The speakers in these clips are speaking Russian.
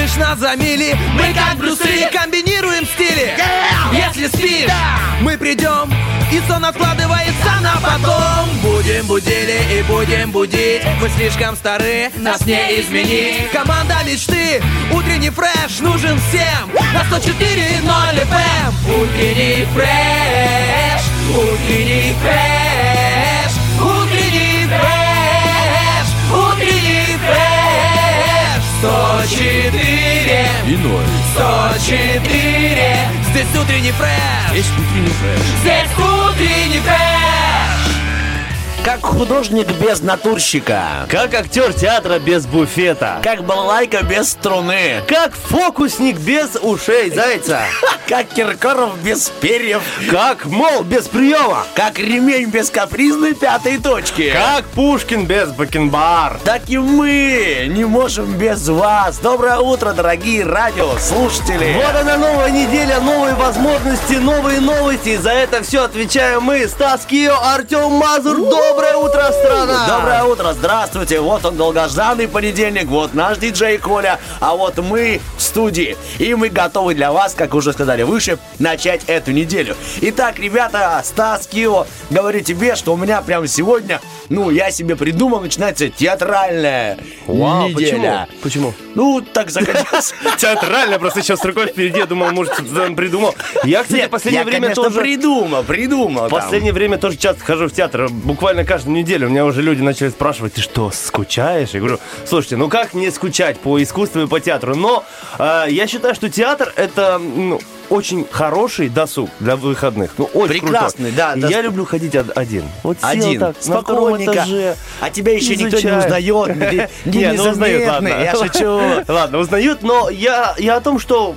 видишь нас за мили. Мы как Брюс Ли комбинируем стили. Если спишь, мы придем, и сон откладывается на потом. Будем будили и будем будить. Мы слишком стары, нас не изменить. Команда мечты, утренний фреш нужен всем. На 104.0 FM. Утренний фреш, утренний фреш, утренний фреш, утренний фреш. 104 и 0. 104. Здесь утренний фреш. Здесь утренний фреш. Здесь утренний фреш. Как художник без натурщика. Как актер театра без буфета. Как балалайка без струны. Как фокусник без ушей зайца. Как Киркоров без перьев. Как мол без приема. Как ремень без капризной пятой точки. Как Пушкин без бакенбар. Так и мы не можем без вас. Доброе утро, дорогие радиослушатели. Вот она, новая неделя, новые возможности, новые новости. За это все отвечаем мы. Стас Кио, Артем Мазур. Доброе утро, страна! Доброе утро, здравствуйте. Вот он, долгожданный понедельник. Вот наш диджей Коля. А вот мы в студии. И мы готовы для вас, как уже сказали выше, начать эту неделю. Итак, ребята, Стас Кио, говорю тебе, что у меня прямо сегодня, я себе придумал, начинается театральная неделя. Почему? Так захотелось. Театрально, просто сейчас с рукой впереди, я думал, может, придумал. Я, кстати, в последнее время конечно, тоже... придумал. В последнее время тоже часто хожу в театр. Буквально каждую неделю. У меня уже люди начали спрашивать: ты что, скучаешь? Я говорю: слушайте, как не скучать по искусству и по театру? Но я считаю, что театр — это очень хороший досуг для выходных. Очень прекрасный, крутой. Я люблю ходить один. Вот один, так, спокойненько. А тебя еще никто не узнает. Незаметный, я шучу. Ладно, узнают, но я о том, что...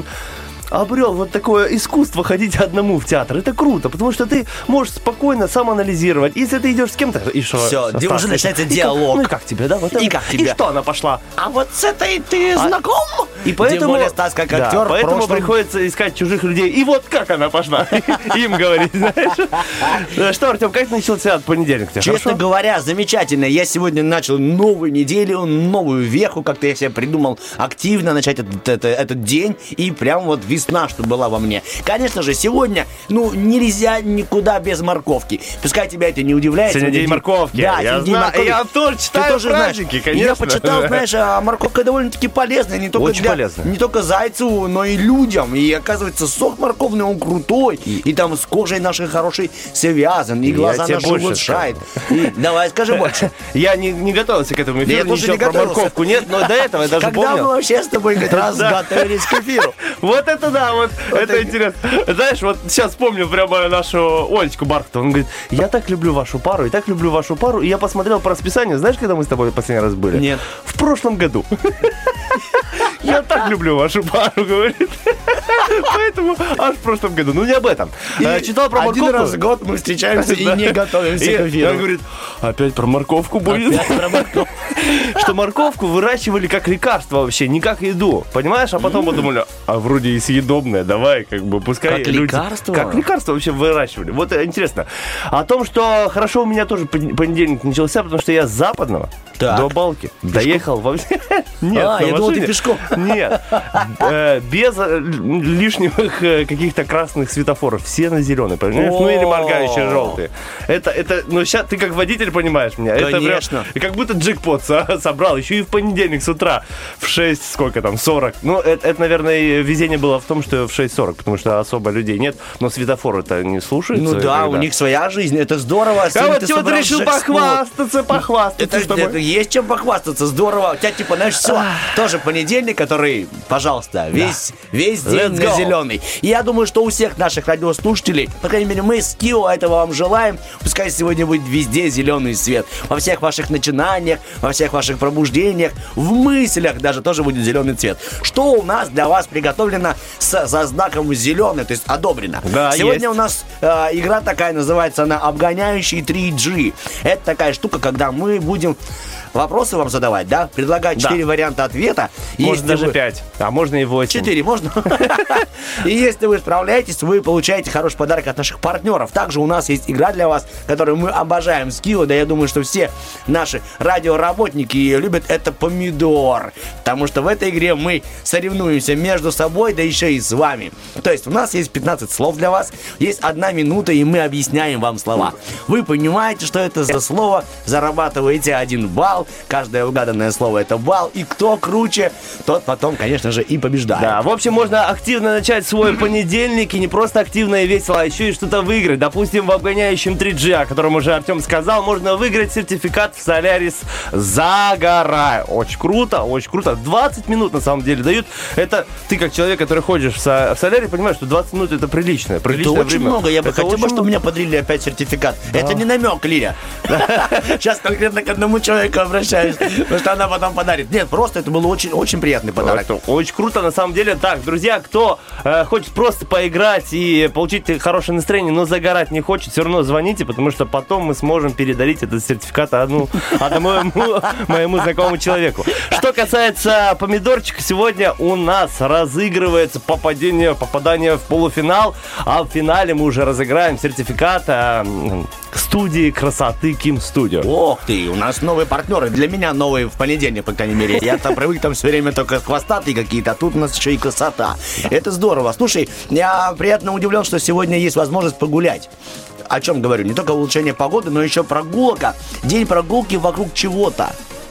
обрел вот такое искусство ходить одному в театр. Это круто, потому что ты можешь спокойно самоанализировать. Если ты идешь с кем-то, и что? Все, уже начинается диалог. И как тебе, да? Вот и как тебе? И что она пошла? А вот с этой ты знаком? И поэтому, тем более Стас как актер. Поэтому приходится искать чужих людей. И вот как она пошла. Им говорить, знаешь. Что, Артем, как начался понедельник? Честно говоря, замечательно. Я сегодня начал новую неделю, новую веху. Как-то я себе придумал активно начать этот день. И прям вот весна, что была во мне. Конечно же, сегодня, нельзя никуда без морковки. Пускай тебя это не удивляет. Сегодня день морковки. Да, я день морковки. Я тоже читаю праздники, конечно. Я почитал, знаешь, морковка довольно-таки полезная. Не только зайцу, но и людям. И оказывается, сок морковный, он крутой. И там с кожей нашей хорошей связан. И глаза наши улучшает. Давай, скажи больше. Я не готовился к этому эфиру. Я тоже не готовился. Про морковку нет, но до этого я даже помню. Когда мы вообще с тобой как раз готовились к эфиру? Вот это да, это интересно. Знаешь, вот сейчас вспомнил прямо нашу Олечку Бархатову. Он говорит: я так люблю вашу пару, и так люблю вашу пару. И я посмотрел по расписанию. Знаешь, когда мы с тобой последний раз были? Нет. В прошлом году. Я так люблю вашу пару, говорит. Поэтому аж в прошлом году. Не об этом. Читал про морковку. Один раз в год мы встречаемся и не готовимся к эфиру. Он говорит: опять про морковку будет. Что морковку выращивали как лекарство вообще, не как еду. Понимаешь? А потом подумали: вроде и съедобное, давай, пускай как люди... лекарство? Как лекарство вообще выращивали. Вот интересно. О том, что хорошо у меня тоже понедельник начался, потому что я с Западного до Балки доехал вообще. Нет, я думал, ты пешком. Нет. Без лишних каких-то красных светофоров. Все на зеленый, понимаешь? Или моргающие желтые. Сейчас ты как водитель понимаешь меня. Конечно. И как будто джекпот собрал. Еще и в понедельник с утра в 6, сколько там, 40. Это, наверное, везение было в том, что в 6:40, потому что особо людей нет. Но светофоры-то не слушаются. У них своя жизнь. Это здорово. А вот чего ты решил похвастаться с тобой? Есть чем похвастаться. Здорово. У тебя знаешь, все. Тоже понедельник, который, пожалуйста, весь день на зеленый. И я думаю, что у всех наших радиослушателей, по крайней мере, мы с Кио этого вам желаем. Пускай сегодня будет везде зеленый свет. Во всех ваших начинаниях, во всех ваших пробуждениях, в мыслях даже тоже будет зеленый цвет. Что у нас для вас приготовлено со знаком зеленый, то есть одобрено. Да, сегодня у нас игра такая, называется она «Обгоняющий 3G». Это такая штука, когда мы будем вопросы вам задавать, да? Предлагаю 4 варианта ответа. Можно даже 5, а можно и 8. 4 можно. И если вы справляетесь, вы получаете хороший подарок от наших партнеров. Также у нас есть игра для вас, которую мы обожаем с Кио. Да, я думаю, что все наши радиоработники ее любят. Это помидор. Потому что в этой игре мы соревнуемся между собой, да еще и с вами. То есть у нас есть 15 слов для вас. Есть 1 минута, и мы объясняем вам слова. Вы понимаете, что это за слово, зарабатываете 1 балл. Каждое угаданное слово — это балл. И кто круче, тот потом, конечно же, и побеждает. Да, в общем, можно активно начать свой понедельник, и не просто активно и весело, а еще и что-то выиграть. Допустим, в обгоняющем 3G, о котором уже Артем сказал, можно выиграть сертификат в Солярис «Загорай». Очень круто, очень круто. 20 минут, на самом деле, дают. Это ты, как человек, который ходишь в Соляре, понимаешь, что 20 минут — это приличное Это время. очень много. Я бы хотел, чтобы меня подарили опять сертификат. Да. Это не намек, Лиля. Сейчас конкретно к одному человеку обращаюсь, потому что она потом подарит. Нет, просто это был очень приятный подарок. Очень круто, на самом деле. Так, друзья, кто хочет просто поиграть и получить хорошее настроение, но загорать не хочет, все равно звоните, потому что потом мы сможем передарить этот сертификат одному моему знакомому человеку. Что касается помидорчика, сегодня у нас разыгрывается попадание в полуфинал, а в финале мы уже разыграем сертификат студии красоты Ким Студио. Ох ты, у нас новые партнеры. Для меня новые в понедельник, по крайней мере. Я-то привык там все время только хвостатые какие-то, а тут у нас еще и красота. Это здорово. Слушай, я приятно удивлен, что сегодня есть возможность погулять. О чем говорю? Не только улучшение погоды, но еще прогулка. День прогулки вокруг чего-то.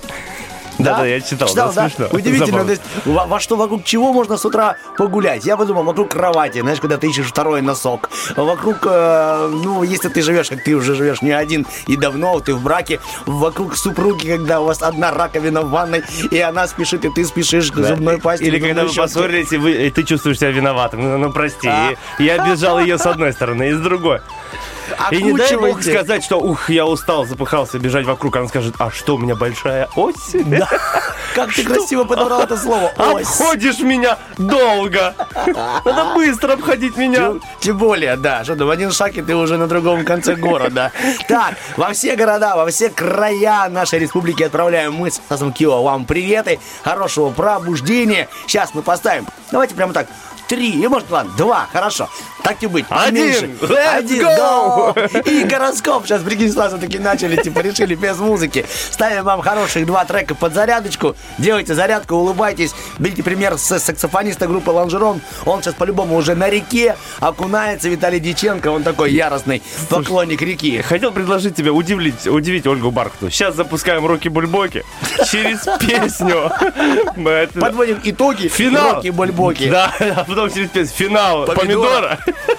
Да, я читал, да? Смешно. Удивительно, то есть, во что, вокруг чего можно с утра погулять? Я подумал, вокруг кровати, знаешь, когда ты ищешь второй носок. Вокруг, если ты живешь, как ты уже живешь не один и давно, ты в браке, вокруг супруги, когда у вас одна раковина в ванной, и она спешит, и ты спешишь к зубной пасте. Или когда вы поссорились, и ты чувствуешь себя виноватым. Ну прости, я обижал ее с одной стороны, и с другой. И не дай бог сказать, что я устал, запыхался бежать вокруг. Она скажет, а что, у меня большая ось? Да. Как ты красиво подобрал это слово, ось. Обходишь меня долго. Надо быстро обходить меня. Тем более, да, что-то в один шаг, и ты уже на другом конце города. Так, во все города, во все края нашей республики отправляем мы с Стасом Кио вам приветы, хорошего пробуждения. Сейчас мы поставим, давайте прямо так, 3, и может, ладно, 2, хорошо. Так и быть. 1, let's go! И гороскоп. Сейчас, прикинь, сразу таки начали, решили без музыки. Ставим вам хороших 2 трека под зарядочку. Делайте зарядку, улыбайтесь. Берите пример с саксофониста группы «Лонжерон». Он сейчас по-любому уже на реке окунается. Виталий Дьяченко, он такой яростный поклонник реки. Хотел предложить тебе удивить Ольгу Бархатову. Сейчас запускаем «Роки-бульбоки» через песню. Подводим итоги. Финал. «Роки-бульбоки». Да, а потом через песню. Финал «Помидора».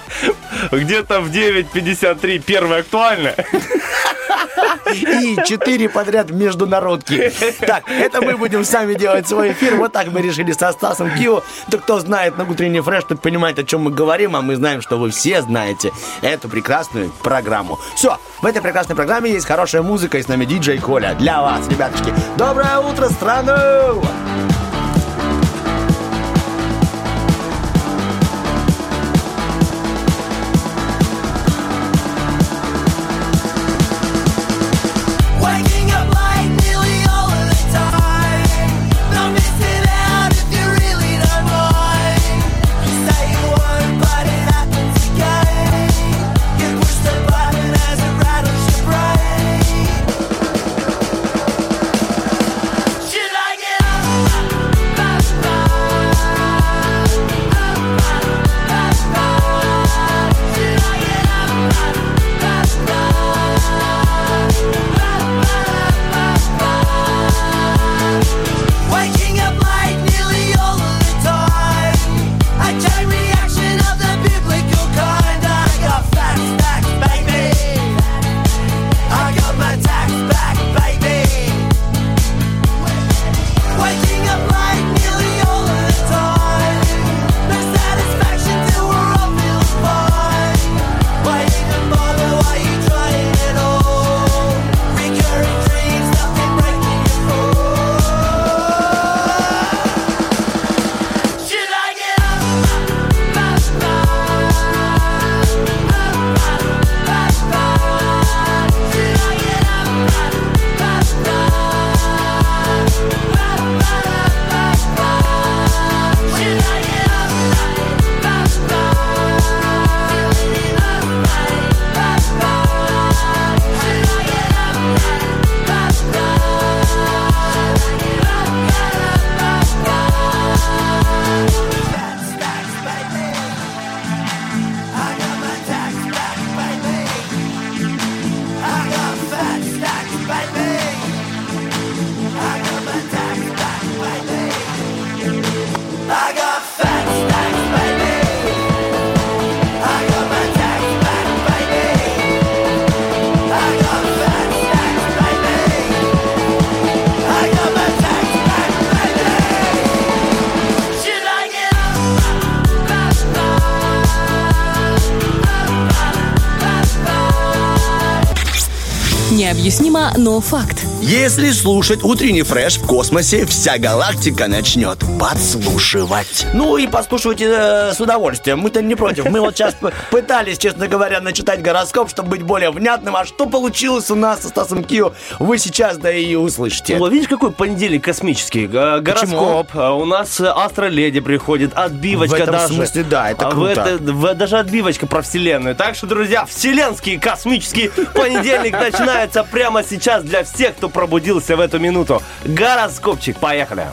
Где-то в 9:53 первая актуальная. И 4 подряд международки. Так, это мы будем сами делать свой эфир. Вот так мы решили со Стасом Кио. Да кто знает на утренний фреш, тот понимает, о чем мы говорим. А мы знаем, что вы все знаете эту прекрасную программу. Все, в этой прекрасной программе есть хорошая музыка. И с нами диджей Коля. Для вас, ребяточки. Доброе утро, страну! Should I get up? Необъяснимо, но факт. Если слушать утренний фреш, в космосе вся галактика начнет подслушивать. Ну и послушайте с удовольствием. Мы-то не против. Мы вот сейчас пытались, честно говоря, начитать гороскоп, чтобы быть более внятным. А что получилось у нас со Стасом Кио, вы сейчас да и услышите. Вот видишь, какой понедельник космический. Гороскоп. У нас астроледи приходит, отбивочка в этом даже. смысле, да, это круто. Даже отбивочка про Вселенную. Так что, друзья, вселенский космический понедельник начинается прямо сейчас для всех, кто пробудился в эту минуту. Гороскопчик, поехали.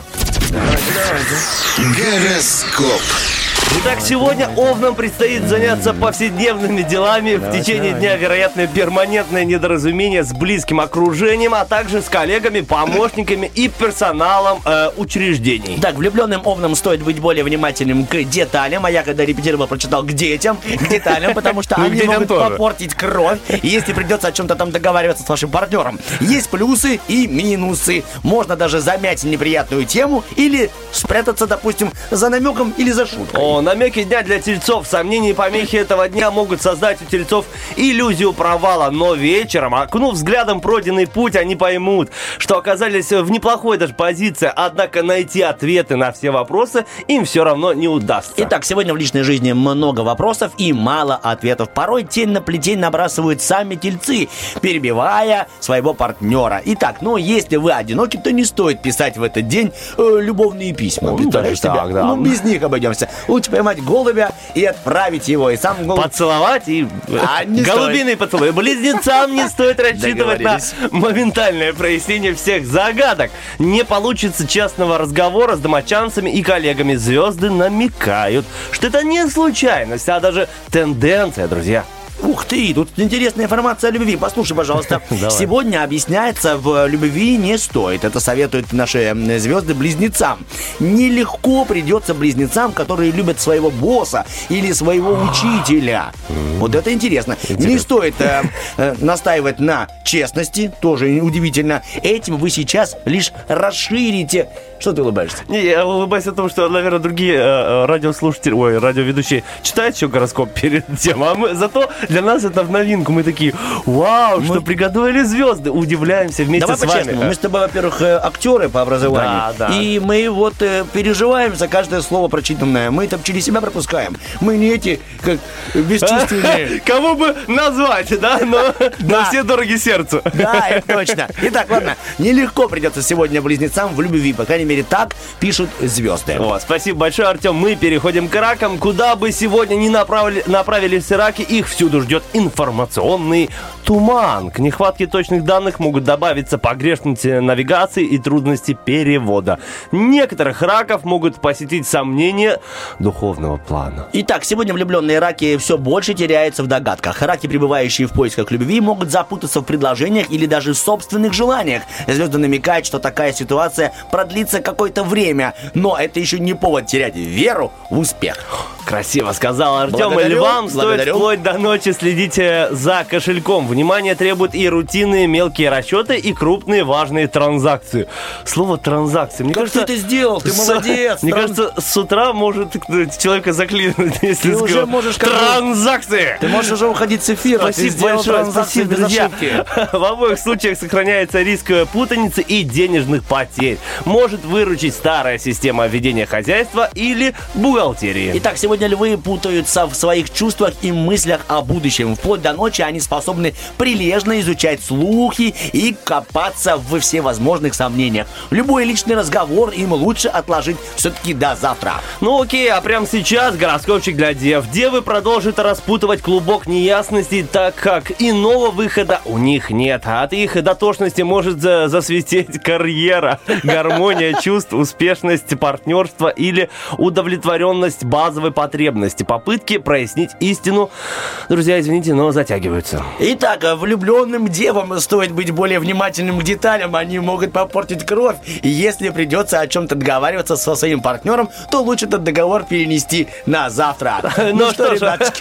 Гороскоп. Итак, сегодня Овнам предстоит заняться повседневными делами. В течение дня, вероятно, перманентное недоразумение с близким окружением, а также с коллегами, помощниками и персоналом учреждений. Так, влюбленным Овнам стоит быть более внимательным к деталям. А я, когда репетировал, прочитал к детям, к деталям, потому что они могут попортить кровь, если придется о чем-то там договариваться с вашим партнером. Есть плюсы и минусы. Можно даже замять неприятную тему или спрятаться, допустим, за намеком или за шуткой. Намеки дня для тельцов. Сомнения и помехи этого дня могут создать у тельцов иллюзию провала. Но вечером, окунув взглядом пройденный путь, они поймут, что оказались в неплохой даже позиции. Однако найти ответы на все вопросы им все равно не удастся. Итак, сегодня в личной жизни много вопросов и мало ответов. Порой тень на плетень набрасывают сами тельцы, перебивая своего партнера. Итак, если вы одиноки, то не стоит писать в этот день любовные письма. Представляешь себе? Так, да. Без них обойдемся. Лучше поймать голубя и отправить его. И сам голубь... Поцеловать и голубиный поцелуй. Близнецам не стоит рассчитывать на моментальное прояснение всех загадок. Не получится честного разговора с домочадцами и коллегами. Звезды намекают, что это не случайность, а даже тенденция, друзья. Ух ты, тут интересная информация о любви. Послушай, пожалуйста. Сегодня объясняется, в любви не стоит. Это советуют наши звезды близнецам. Нелегко придется близнецам, которые любят своего босса или своего учителя. Вот это интересно. Не стоит настаивать на честности, тоже удивительно. Этим вы сейчас лишь расширите. Что ты улыбаешься? Не, я улыбаюсь о том, что, наверное, другие радиоведущие читают еще гороскоп перед тем, а мы зато для нас это в новинку. Мы такие, вау, что приготовили звезды. Удивляемся вместе с вами. Давай по-честному. Мы с тобой, во-первых, актеры по образованию. Да. И мы переживаем за каждое слово прочитанное. Мы там через себя пропускаем. Мы не эти, как бесчувственные. Кого бы назвать, да? Но все дороги сердцу. Да, это точно. Итак, ладно. Нелегко придется сегодня близнецам в любви. По крайней мере, так пишут звезды. Спасибо большое, Артем. Мы переходим к ракам. Куда бы сегодня ни направились раки, их всюду ждет информационный туман. К нехватке точных данных могут добавиться погрешности навигации и трудности перевода. Некоторых раков могут посетить сомнения духовного плана. Итак, сегодня влюбленные раки все больше теряются в догадках. Раки, пребывающие в поисках любви, могут запутаться в предложениях или даже в собственных желаниях. Звезды намекают, что такая ситуация продлится какое-то время, но это еще не повод терять веру в успех. Красиво сказал Артем. И львам стоит вплоть до ночи следить за кошельком. Внимание требуют и рутинные мелкие расчеты, и крупные важные транзакции. Слово транзакции. Мне кажется, ты это сделал? Ты молодец. Мне кажется, с утра может человека заклинуть, если ты уже можешь транзакции. Ты можешь уже уходить с эфира. Спасибо большое. Спасибо, друзья. В обоих случаях сохраняется риск путаницы и денежных потерь. Может выручить старая система ведения хозяйства или бухгалтерии. Итак, сегодня львы путаются в своих чувствах и мыслях о будущем. Вплоть до ночи они способны прилежно изучать слухи и копаться в всевозможных сомнениях. Любой личный разговор им лучше отложить все-таки до завтра. Ну окей, а прямо сейчас гороскопчик для дев. Девы продолжат распутывать клубок неясностей, так как иного выхода у них нет. От их дотошности может засветить карьера, гармония чувств, успешность партнерства или удовлетворенность базовой потребности. Попытки прояснить истину, друзья, извините, но затягиваются. Итак, влюбленным девам стоит быть более внимательным к деталям. Они могут попортить кровь. И если придется о чем-то договариваться со своим партнером, то лучше этот договор перенести на завтра. Ну что ж,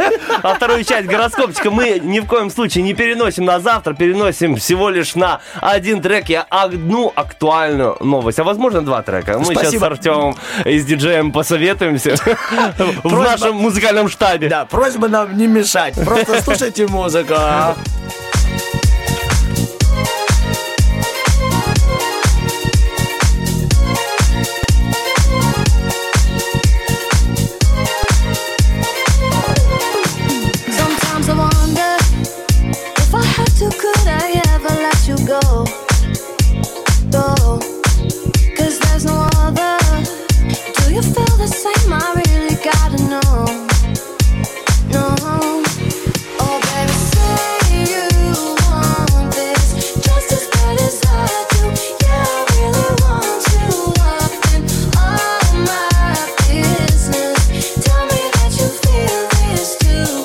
а вторую часть гороскопчика мы ни в коем случае не переносим на завтра, переносим всего лишь на один трек и одну актуальную новость. А возможно, два трека. Мы сейчас с Артемом и с диджеем посоветуемся в нашем музыкальном штабе. Да, просьба нам не мешать. Просто слушайте музыку. to could I ever let you go? Go, 'cause there's no other. Do you feel the same? I really gotta know. No. Oh baby, say you want this just as bad as I do. Yeah, I really want you up in all my business. Tell me that you feel this too.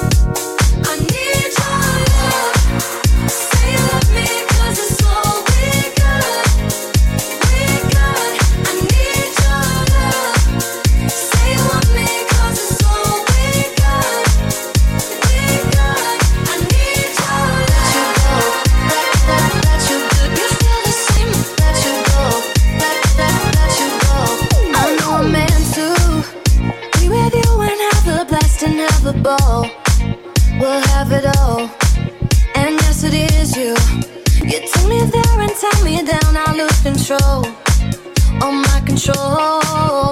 I need your love. Say you love me 'cause it's all we got. We got. I need your love. Say you want me 'cause it's all we got. We got. I need your love. Let you go. You feel the same. Let you go. Let you go. I know I'm meant to be with you and have a blast and have a ball. We'll have it all. And yes, it is you. You take me there and tie me down. I lose control. All my control.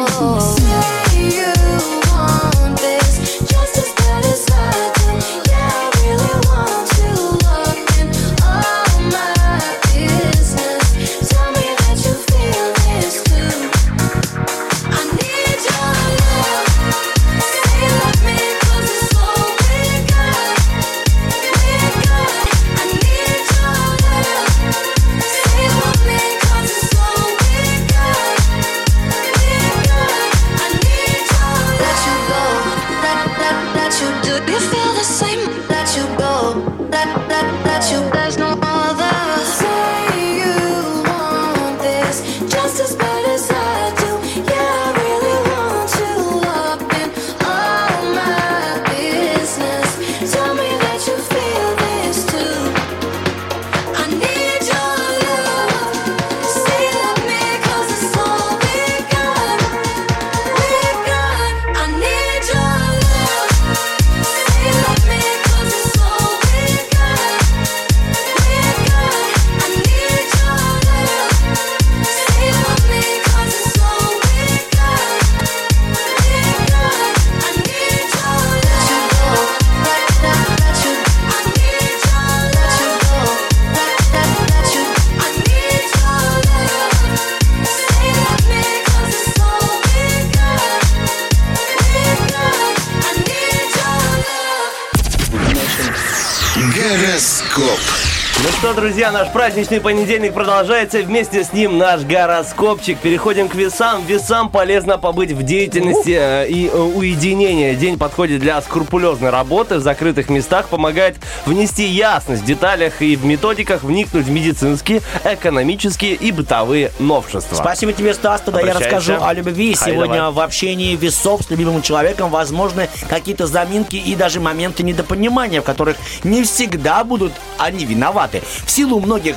Say you want this just as bad as I do. Yeah, I really want you up in all my business. Tell me that you feel this too. I need your love. Say you love me 'cause it's all we got. We got. I need your love. Say you want me 'cause it's all we got. We got. I need your love. Let you go. Let you do. You feel the same. Let you go. Let you. There's no other. Say you want this just as bad as I do. Yeah, I really want you up in all my business. Tell me that you feel this too. I need your love. Say you love me 'cause it's all we got. We got. I need your love. Say you love me 'cause it's all we got. We got. I need your love. Say you love me 'cause it's all we got. We got. I need your love. Let you go. I need your love. Let you go. Let you. I need your love. Say you love me 'cause it's all we got. We got. I need your love. Гороскоп. Ну что, друзья, наш праздничный понедельник продолжается. Вместе с ним наш гороскопчик. Переходим к весам. Весам полезно побыть в деятельности и уединении. День подходит для скрупулезной работы в закрытых местах. Помогает внести ясность в деталях и в методиках, вникнуть в медицинские, экономические и бытовые новшества. Спасибо тебе, Стас. Тогда я Обращайся. расскажу о любви. Хай, Сегодня давай. в общении весов с любимым человеком возможны какие-то заминки и даже моменты недопонимания, в которых не всегда будут они виноваты. В силу многих...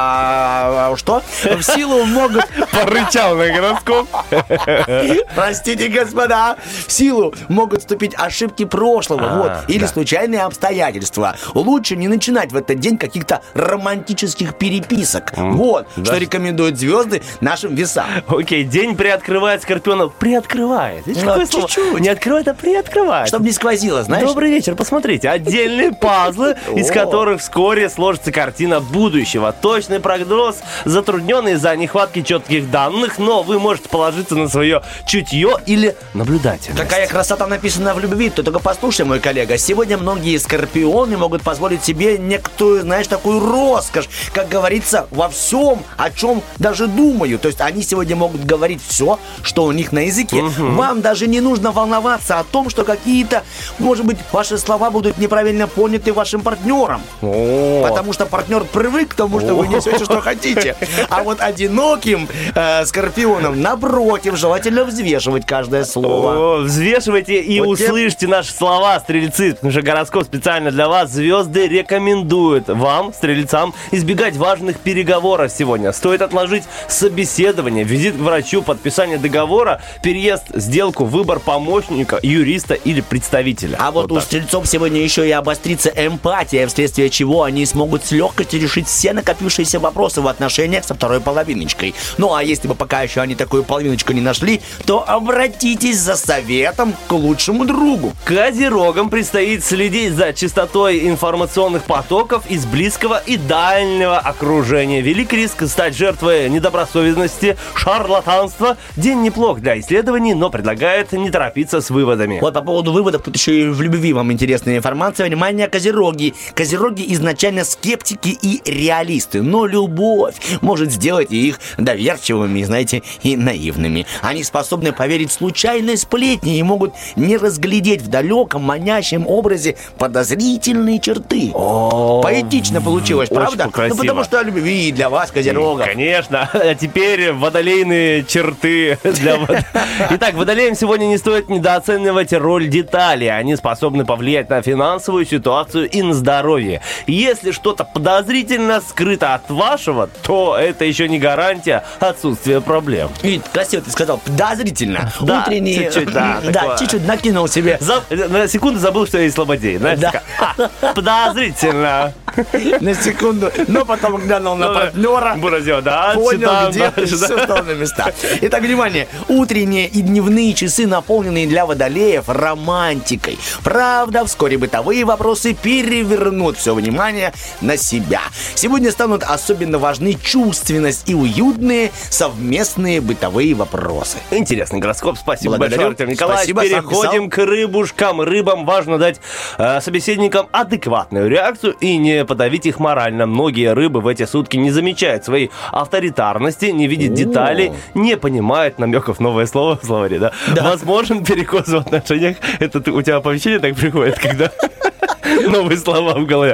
что? В силу могут... Порычал на гороскоп. Простите, господа. В силу могут вступить ошибки прошлого, или случайные обстоятельства. Лучше не начинать в этот день каких-то романтических переписок. Что рекомендуют звезды нашим весам. Окей, день приоткрывает Скорпионов. Приоткрывает. Видишь, какое слово? чуть-чуть. Не открывает, а приоткрывает. Чтобы не сквозило, знаешь? Добрый вечер, посмотрите. Отдельные пазлы, из которых вскоре сложится картина будущего. Точный прогноз затруднен из-за нехватки четких данных, но вы можете положиться на свое чутье или наблюдательность. Какая красота написана в любви, ты только послушай, мой коллега. Сегодня многие скорпионы могут позволить себе некоторую, знаешь, такую роскошь, как говорится, во всем, о чем даже думаю. То есть они сегодня могут говорить все, что у них на языке. Вам даже не нужно волноваться о том, что какие-то, может быть, ваши слова будут неправильно поняты вашим партнером. Потому что партнер привык к тому, что вы несете, что хотите. А вот одиноким скорпионам, напротив, желательно взвешивать каждое слово. Взвешивайте и Вот услышьте наши слова, стрельцы, потому что гороскоп специально для вас. Звезды рекомендуют вам, стрельцам, избегать важных переговоров сегодня. Стоит отложить собеседование, визит к врачу, подписание договора, переезд, сделку, выбор помощника, юриста или представителя. А вот у так. стрельцов сегодня еще и обострится эмпатия, вследствие чего они смогут с легкостью решить все накопившиеся вопросы в отношениях со второй половиночкой. Ну а если бы пока еще они такую половиночку не нашли, то обратитесь за советом к лучшему другу. Козерогам предстоит следить за частотой информационных потоков из близкого и дальнего окружения. Велик риск стать жертвой недобросовестности, шарлатанства. День неплох для исследований, но предлагает не торопиться с выводами. Вот по поводу выводов, тут еще и в любви вам интересная информация. Внимание, козероги. Козероги изначально скептики и реалисты, но любовь может сделать их доверчивыми, знаете, и наивными. Они способны поверить в случайные сплетни и могут не разглядеть в далеком, манящем образе подозрительные черты. Поэтично получилось, правда? Красиво. Ну, потому что о любви для вас, козерогов. Конечно. А теперь водолейные черты для Итак, водолеям сегодня не стоит недооценивать роль деталей. Они способны повлиять на финансовую ситуацию и на здоровье. Если что-то подозрительно скрыто от вашего, то это еще не гарантия отсутствия проблем. И красиво ты сказал, подозрительно. Да, Утренний... чуть-чуть, да, такое. Чуть-чуть накинул себе. На секунду забыл, что я из Слободей. Знаешь, Да. подозрительно. На секунду, но потом глянул на партнера, Буразё, да, понял, читал, где да, все да. стало на места. Итак, внимание, утренние и дневные часы, наполненные для водолеев романтикой. Правда, вскоре бытовые вопросы перевернут все внимание на себя. Сегодня станут особенно важны чувственность и уютные совместные бытовые вопросы. Интересный гороскоп. Спасибо Благодарю. большое, Артем Николаевич. Спасибо, сам Переходим к рыбушкам. Рыбам важно дать собеседникам адекватную реакцию и не подавить их морально. Многие рыбы в эти сутки не замечают своей авторитарности, не видят деталей, не понимают намеков. Новое слово в словаре, да? Возможен перекос в отношениях. Это у тебя оповещение так приходит, когда... Новые слова в голове.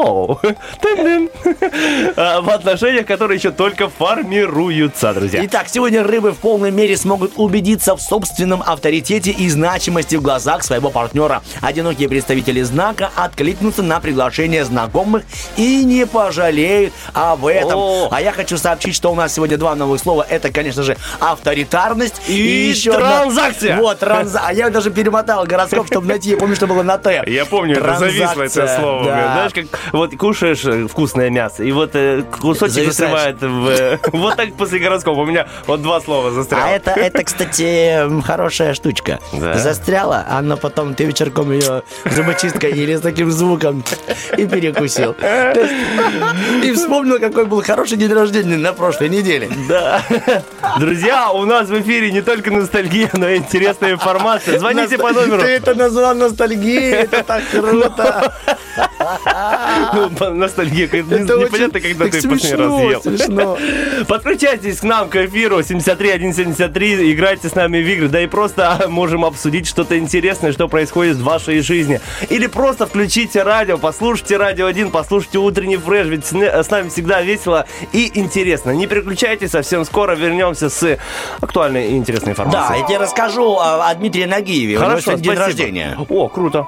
В отношениях, которые еще только формируются, друзья. Итак, сегодня рыбы в полной мере смогут убедиться в собственном авторитете и значимости в глазах своего партнера. Одинокие представители знака откликнутся на приглашение знакомых и не пожалеют об этом. А я хочу сообщить, что у нас сегодня два новых слова. Это, конечно же, авторитарность и еще транзакция. Вот, А я даже перемотал гороскоп, чтобы найти. Я помню, что было на Т. Я помню, это зависло это слово. Да. Знаешь, как вот кушаешь вкусное мясо, и вот кусочек застревает вот так после гороскопа. У меня вот два слова застряло. А это, кстати, хорошая штучка. Да. Застряла, но потом ты вечерком ее зубочисткой или с таким звуком и перекусил. И вспомнил, какой был хороший день рождения на прошлой неделе. Да. Друзья, у нас в эфире не только ностальгия, но и интересная информация. Звоните по номеру. Ты это назвал ностальгией, это так круто. Ну, ностальгия, непонятно, когда ты последний раз ел. Смешно. Подключайтесь к нам к эфиру 73173, играйте с нами в игры, да и просто можем обсудить что-то интересное, что происходит в вашей жизни. Или просто включите радио, послушайте Радио 1, послушайте утренний фреш, ведь с нами всегда весело и интересно. Не переключайтесь, совсем скоро вернемся с актуальной и интересной Да, информацией. я тебе расскажу о Дмитрии Нагиеве. У него Хорошо, сегодня день спасибо. рождения. О, круто.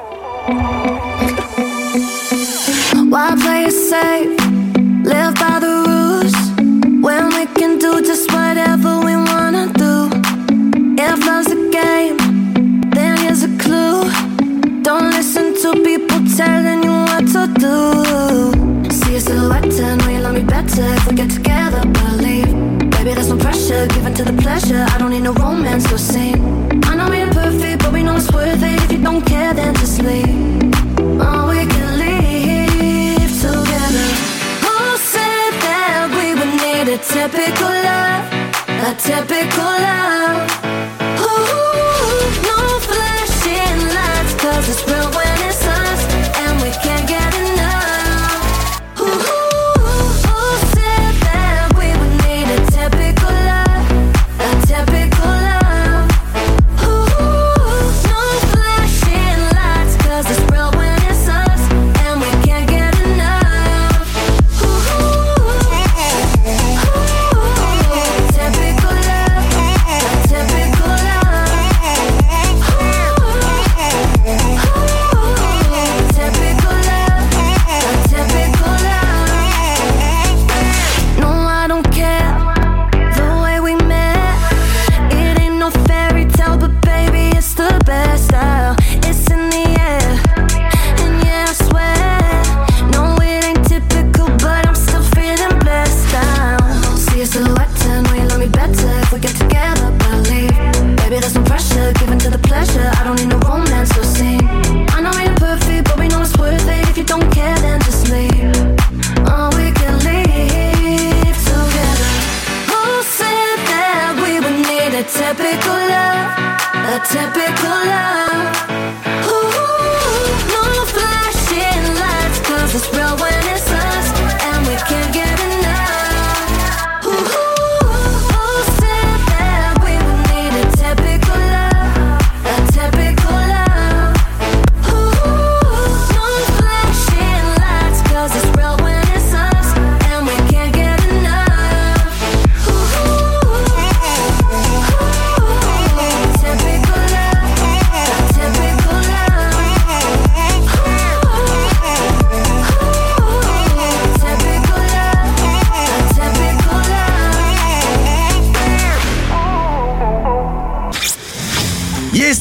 Why play it safe? Live by the rules when we can do just whatever we wanna do. If love's a game, then here's a clue. Don't listen to people telling you what to do. See a silhouette and know you love me better if we get together, believe. Baby, there's no pressure, give in to the pleasure. I don't need no romance or scene. I know we ain't perfect, but we know it's worth it. If you don't care, then just leave. Oh, we can leave together. Who said that we would need a typical love? A typical love. Ooh, no flashing lights, 'cause it's real when it's us, and we can't get enough. Ooh, who said that we would need a typical love? A typical love. Ooh, no flashing lights, 'cause it's real when it's us, and we can't get enough. Ooh, typical love. A typical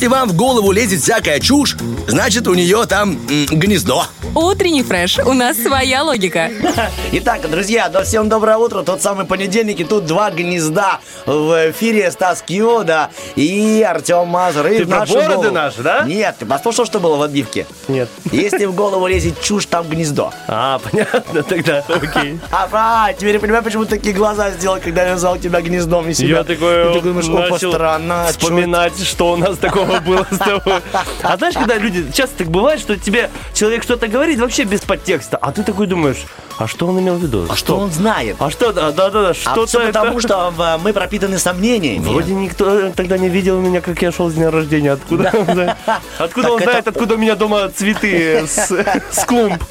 Если вам в голову лезет всякая чушь, значит, у нее там гнездо. Утренний фреш. У нас своя логика. Итак, друзья, всем доброе утро. Тот самый понедельник, и тут два гнезда в эфире. Стас Киода и Артем Мазур. Ты про бороды наши, да? Нет, ты послушал, что было в отбивке? Нет. Если в голову лезет чушь, там гнездо. Понятно, тогда окей. Теперь я понимаю, почему такие глаза сделал, когда я назвал тебя гнездом и себя. Я такой И ты думаешь, опа, начал странно, вспоминать, что у нас такого было с тобой. А знаешь, когда люди, часто так бывает, что тебе человек что-то говорит вообще без подтекста, а ты такой думаешь, а что он имел в виду? А что он знает? А что, да, что-то все это... потому, что мы пропитаны сомнениями. Вроде никто тогда не видел меня, как я шел с дня рождения. Откуда он знает? Откуда он знает, откуда у меня дома цветы с клумб?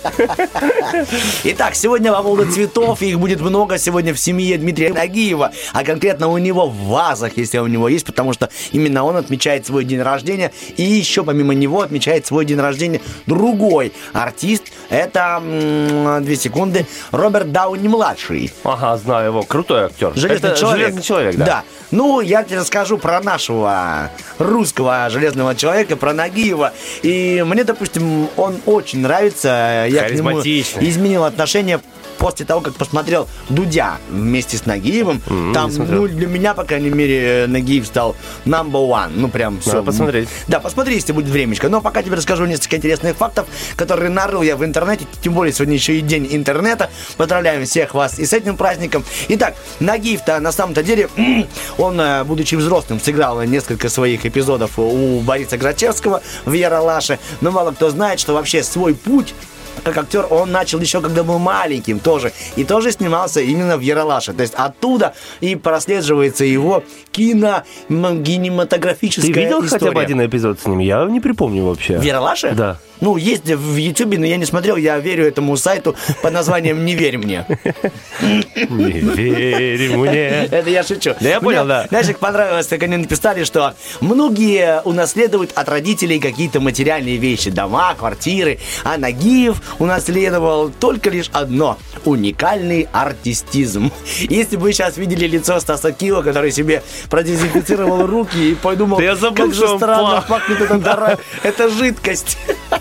Итак, сегодня по поводу цветов, их будет много сегодня в семье Дмитрия Нагиева, а конкретно у него в вазах, если у него есть, потому что именно он отмечает свой день рождения, и еще помимо него отмечает свой день рождения другой артист, это, 2 секунды, Роберт Дауни-младший. Ага, знаю его, крутой актер. Железный человек, да. Да. Ну, я тебе расскажу про нашего русского железного человека, про Нагиева. И мне, допустим, он очень нравится. Я к нему изменил отношение после того, как посмотрел Дудя вместе с Нагиевым. Там, для меня, по крайней мере, Нагиев стал number one. Ну, прям все. Надо посмотреть. Да, посмотри, если будет времечко. Но пока тебе расскажу несколько интересных фактов, которые нарыл я в интернете. Тем более, сегодня еще и день интернета. Поздравляем всех вас и с этим праздником. Итак, Нагиев-то на самом-то деле, он, будучи взрослым, сыграл несколько своих эпизодов у Бориса Грачевского в «Ералаше». Но мало кто знает, что вообще свой путь как актер он начал еще когда был маленьким тоже. И тоже снимался именно в «Ералаше». То есть оттуда и прослеживается его кинематографическая история. Ты видел хотя бы один эпизод с ним? Я не припомню вообще. В «Ералаше»? Да. Ну, есть в Ютубе, но я не смотрел. Я верю этому сайту под названием «Не верь мне». Не верь мне. Это я шучу. Да я понял, да. Знаешь, как понравилось, как они написали, что многие унаследуют от родителей какие-то материальные вещи. Дома, квартиры. А Нагиев унаследовал только лишь одно – уникальный артистизм. Если бы вы сейчас видели лицо Стаса Киева, который себе продезинфицировал руки и подумал, как же странно пахнет эта жидкость.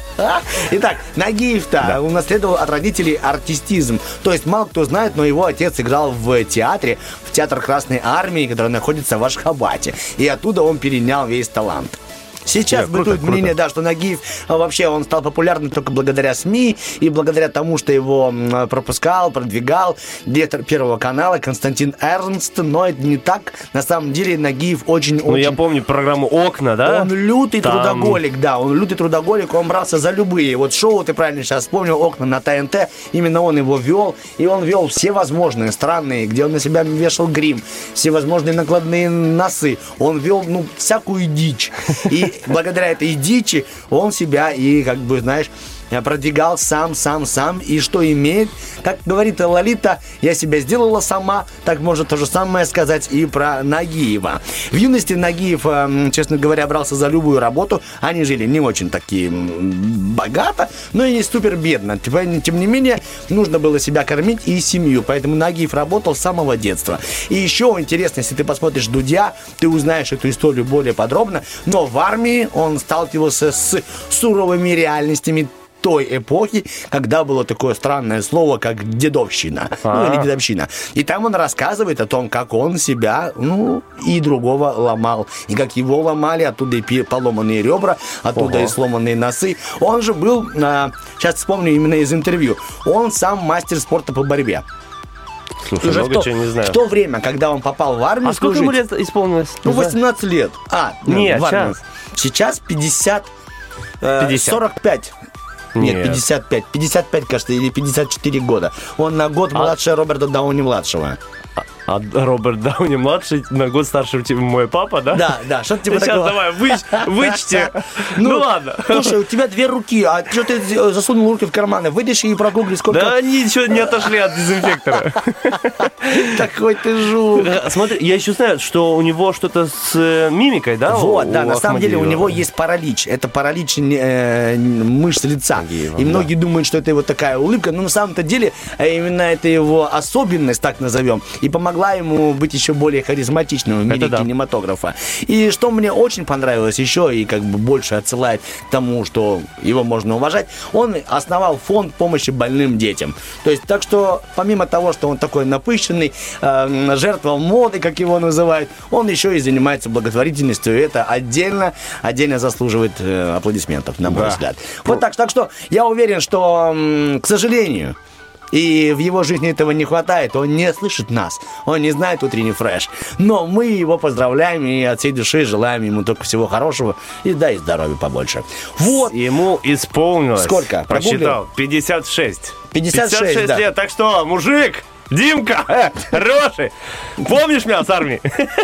Итак, Нагиев-то унаследовал от родителей артистизм. То есть мало кто знает, но его отец играл в театре, в театр Красной Армии, который находится в Ашхабаде. И оттуда он перенял весь талант. Сейчас бытует мнение, да, что Нагиев вообще он стал популярным только благодаря СМИ и благодаря тому, что его пропускал, продвигал директор Первого канала Константин Эрнст, но это не так. На самом деле Нагиев очень... Ну, я помню программу «Окна», да? Он лютый трудоголик, да, он лютый трудоголик, он брался за любые. Вот шоу, ты правильно сейчас вспомнил, «Окна» на ТНТ, именно он его вел, и он вел все возможные странные, где он на себя вешал грим, всевозможные накладные носы, он вел, всякую дичь. И благодаря этой дичи он себя и, как бы, знаешь, продвигал сам, и что имеет, как говорит Лолита, я себя сделала сама, так можно то же самое сказать и про Нагиева. В юности Нагиев, честно говоря, брался за любую работу, они жили не очень таки богато, но и не супер бедно, тем не менее, нужно было себя кормить и семью, поэтому Нагиев работал с самого детства. И еще интересно, если ты посмотришь Дудя, ты узнаешь эту историю более подробно, но в армии он сталкивался с суровыми реальностями той эпохи, когда было такое странное слово, как дедовщина, или дедовщина. И там он рассказывает о том, как он себя, и другого ломал. И как его ломали, оттуда и поломанные ребра, оттуда и сломанные носы. Он же был, сейчас вспомню именно из интервью, он сам мастер спорта по борьбе. Слушай, уже много чего не знаю. В то время, когда он попал в армию, а сколько ему лет исполнилось? 18 лет. Нет, сейчас 50. 45. Нет, 55. 55, кажется, или 54 года. Он на год младше Роберта Дауни-младшего. А Роберт Дауни-младший на год старше, чем мой папа, да? Да, что-то типа сейчас такого. Давай, вычти. Ну ладно. Слушай, у тебя 2 руки, а что ты засунул руки в карманы? Выйдешь и прогугли, сколько... Да они ничего не отошли от дезинфектора. Такой ты жук. Смотри, я еще знаю, что у него что-то с мимикой, да? Вот, да, на самом деле у него есть паралич. Это паралич мышц лица. И многие думают, что это его такая улыбка, но на самом-то деле именно это его особенность, так назовем, и помогла помогла ему быть еще более харизматичным в мире кинематографа. И что мне очень понравилось еще, и как бы больше отсылает к тому, что его можно уважать, он основал фонд помощи больным детям. То есть, так что, помимо того, что он такой напыщенный, жертва моды, как его называют, он еще и занимается благотворительностью, и это отдельно заслуживает аплодисментов, на мой взгляд. Вот так что я уверен, что, к сожалению, и в его жизни этого не хватает, он не слышит нас, он не знает утренний фреш. Но мы его поздравляем и от всей души желаем ему только всего хорошего и дай здоровья побольше. Вот. Ему исполнилось. Сколько? Просчитал. 56. 56 да. лет. Так что, мужик, Димка, Роши, помнишь меня с армии?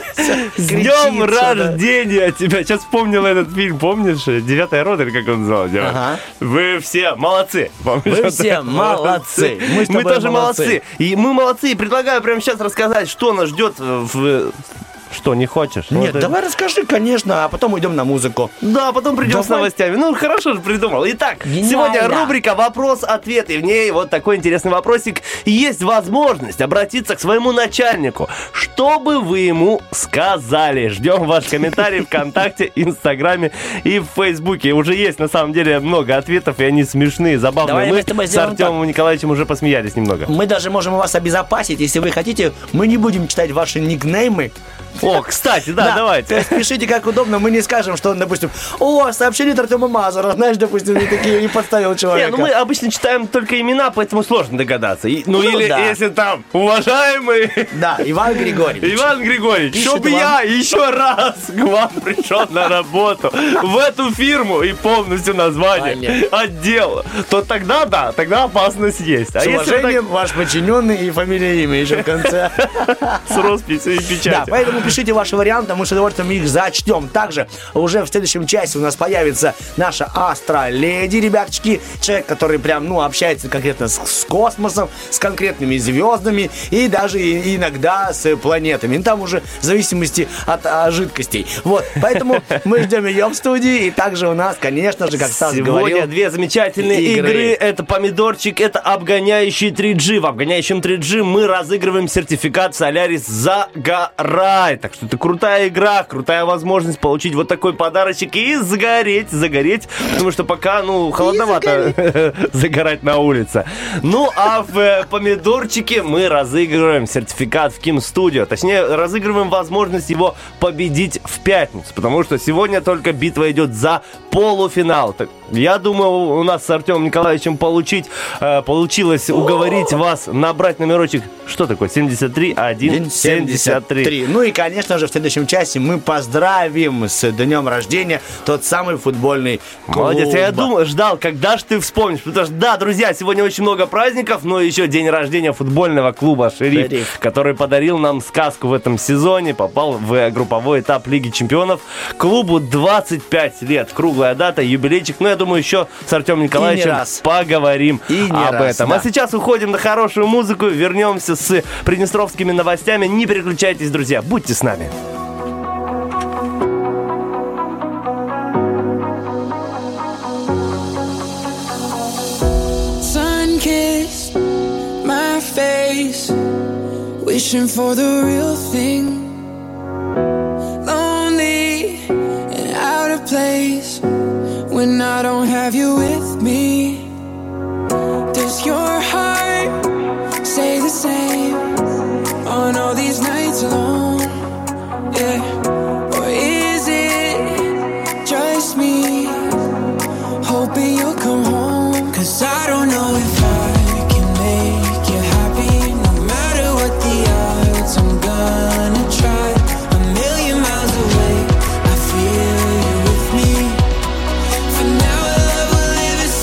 С днем рождения тебя! Сейчас вспомнил этот фильм, помнишь? «Девятая рота», или как он назывался? Ага. Вы все молодцы. Вы все молодцы. Мы тоже молодцы. И мы молодцы. И предлагаю прямо сейчас рассказать, что нас ждет в... Что, не хочешь? Нет, давай расскажи, конечно, а потом уйдем на музыку. Да, потом придем с новостями. Ну, хорошо же придумал. Итак, сегодня рубрика «Вопрос-ответ». И в ней вот такой интересный вопросик. Есть возможность обратиться к своему начальнику. Что бы вы ему сказали? Ждем ваши комментарии ВКонтакте, Инстаграме и в Фейсбуке. Уже есть, на самом деле, много ответов, и они смешные, забавные. Мы с Артемом Николаевичем уже посмеялись немного. Мы даже можем вас обезопасить. Если вы хотите, мы не будем читать ваши никнеймы. О, кстати, да, давайте. То есть пишите как удобно, мы не скажем, что он, допустим, сообщение от Артема Мазура, знаешь, допустим, не подставил человека. Мы обычно читаем только имена, поэтому сложно догадаться. Если там уважаемый... Да, Иван Григорьевич. Иван Григорьевич, чтобы я еще раз к вам пришел на работу в эту фирму и полностью название отдела, то тогда да, тогда опасность есть. С уважением, ваш подчиненный и фамилия, имя еще в конце. С росписью и печатью. Да, поэтому пишите ваши варианты, мы с удовольствием их зачтем. Также уже в следующем часе у нас появится наша астроледи, ребяточки. Человек, который прям, общается конкретно с космосом, с конкретными звездами и даже иногда с планетами. Там уже в зависимости от жидкостей. Вот, поэтому мы ждем ее в студии. И также у нас, конечно же, как Стас говорил... Сегодня две замечательные игры. Это помидорчик, это обгоняющий 3G. В обгоняющем 3G мы разыгрываем сертификат Солярис «Загорай». Так что это крутая игра, крутая возможность получить вот такой подарочек и загореть, потому что пока, холодновато загорать на улице. Ну, а в помидорчике мы разыгрываем сертификат в Ким Студио. Точнее, разыгрываем возможность его победить в пятницу, потому что сегодня только битва идет за полуфинал. Так, я думаю, у нас с Артемом Николаевичем получилось уговорить вас набрать номерочек. Что такое? 73 173. Ну и, конечно же, в следующем часе мы поздравим с днем рождения тот самый футбольный клуб. Молодец, я ждал, когда же ты вспомнишь. Потому что, да, друзья, сегодня очень много праздников, но еще день рождения футбольного клуба «Шериф», который подарил нам сказку в этом сезоне, попал в групповой этап Лиги Чемпионов. Клубу 25 лет, круглая дата, юбилейчик. Но я думаю, еще с Артемом Николаевичем поговорим об этом. Да. А сейчас уходим на хорошую музыку, вернемся с приднестровскими новостями. Не переключайтесь, друзья, будьте с нами. Sun-kissed my face, wishing for the real thing. Lonely and out of place when I don't have you with me. Does your heart say the same on all these nights alone? Yeah. Or is it just me hoping you'll come home? 'Cause I don't know if I can make you happy. No matter what the odds, I'm gonna try. A million miles away, I feel you with me. For now, our love will live as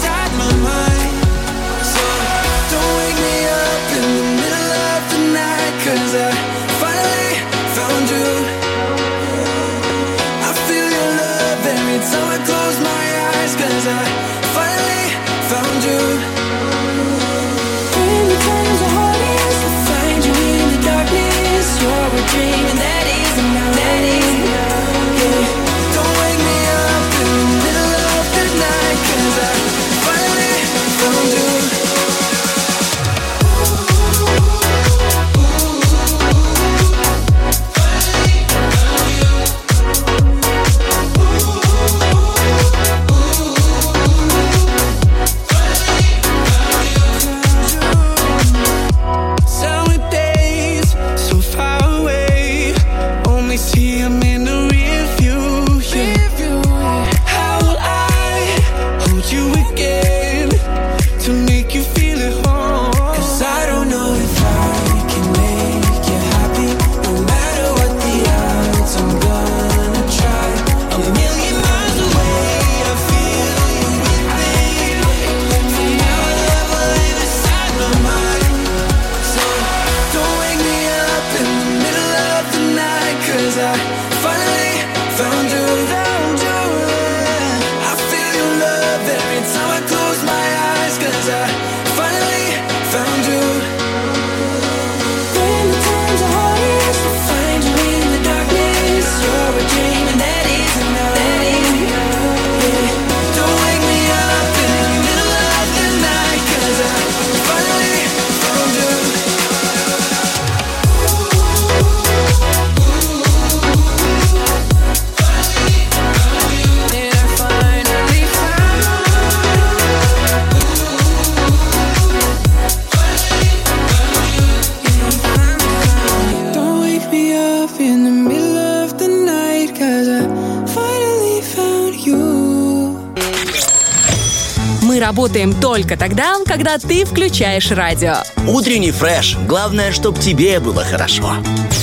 работаем только тогда, когда ты включаешь радио. Утренний фреш. Главное, чтобы тебе было хорошо.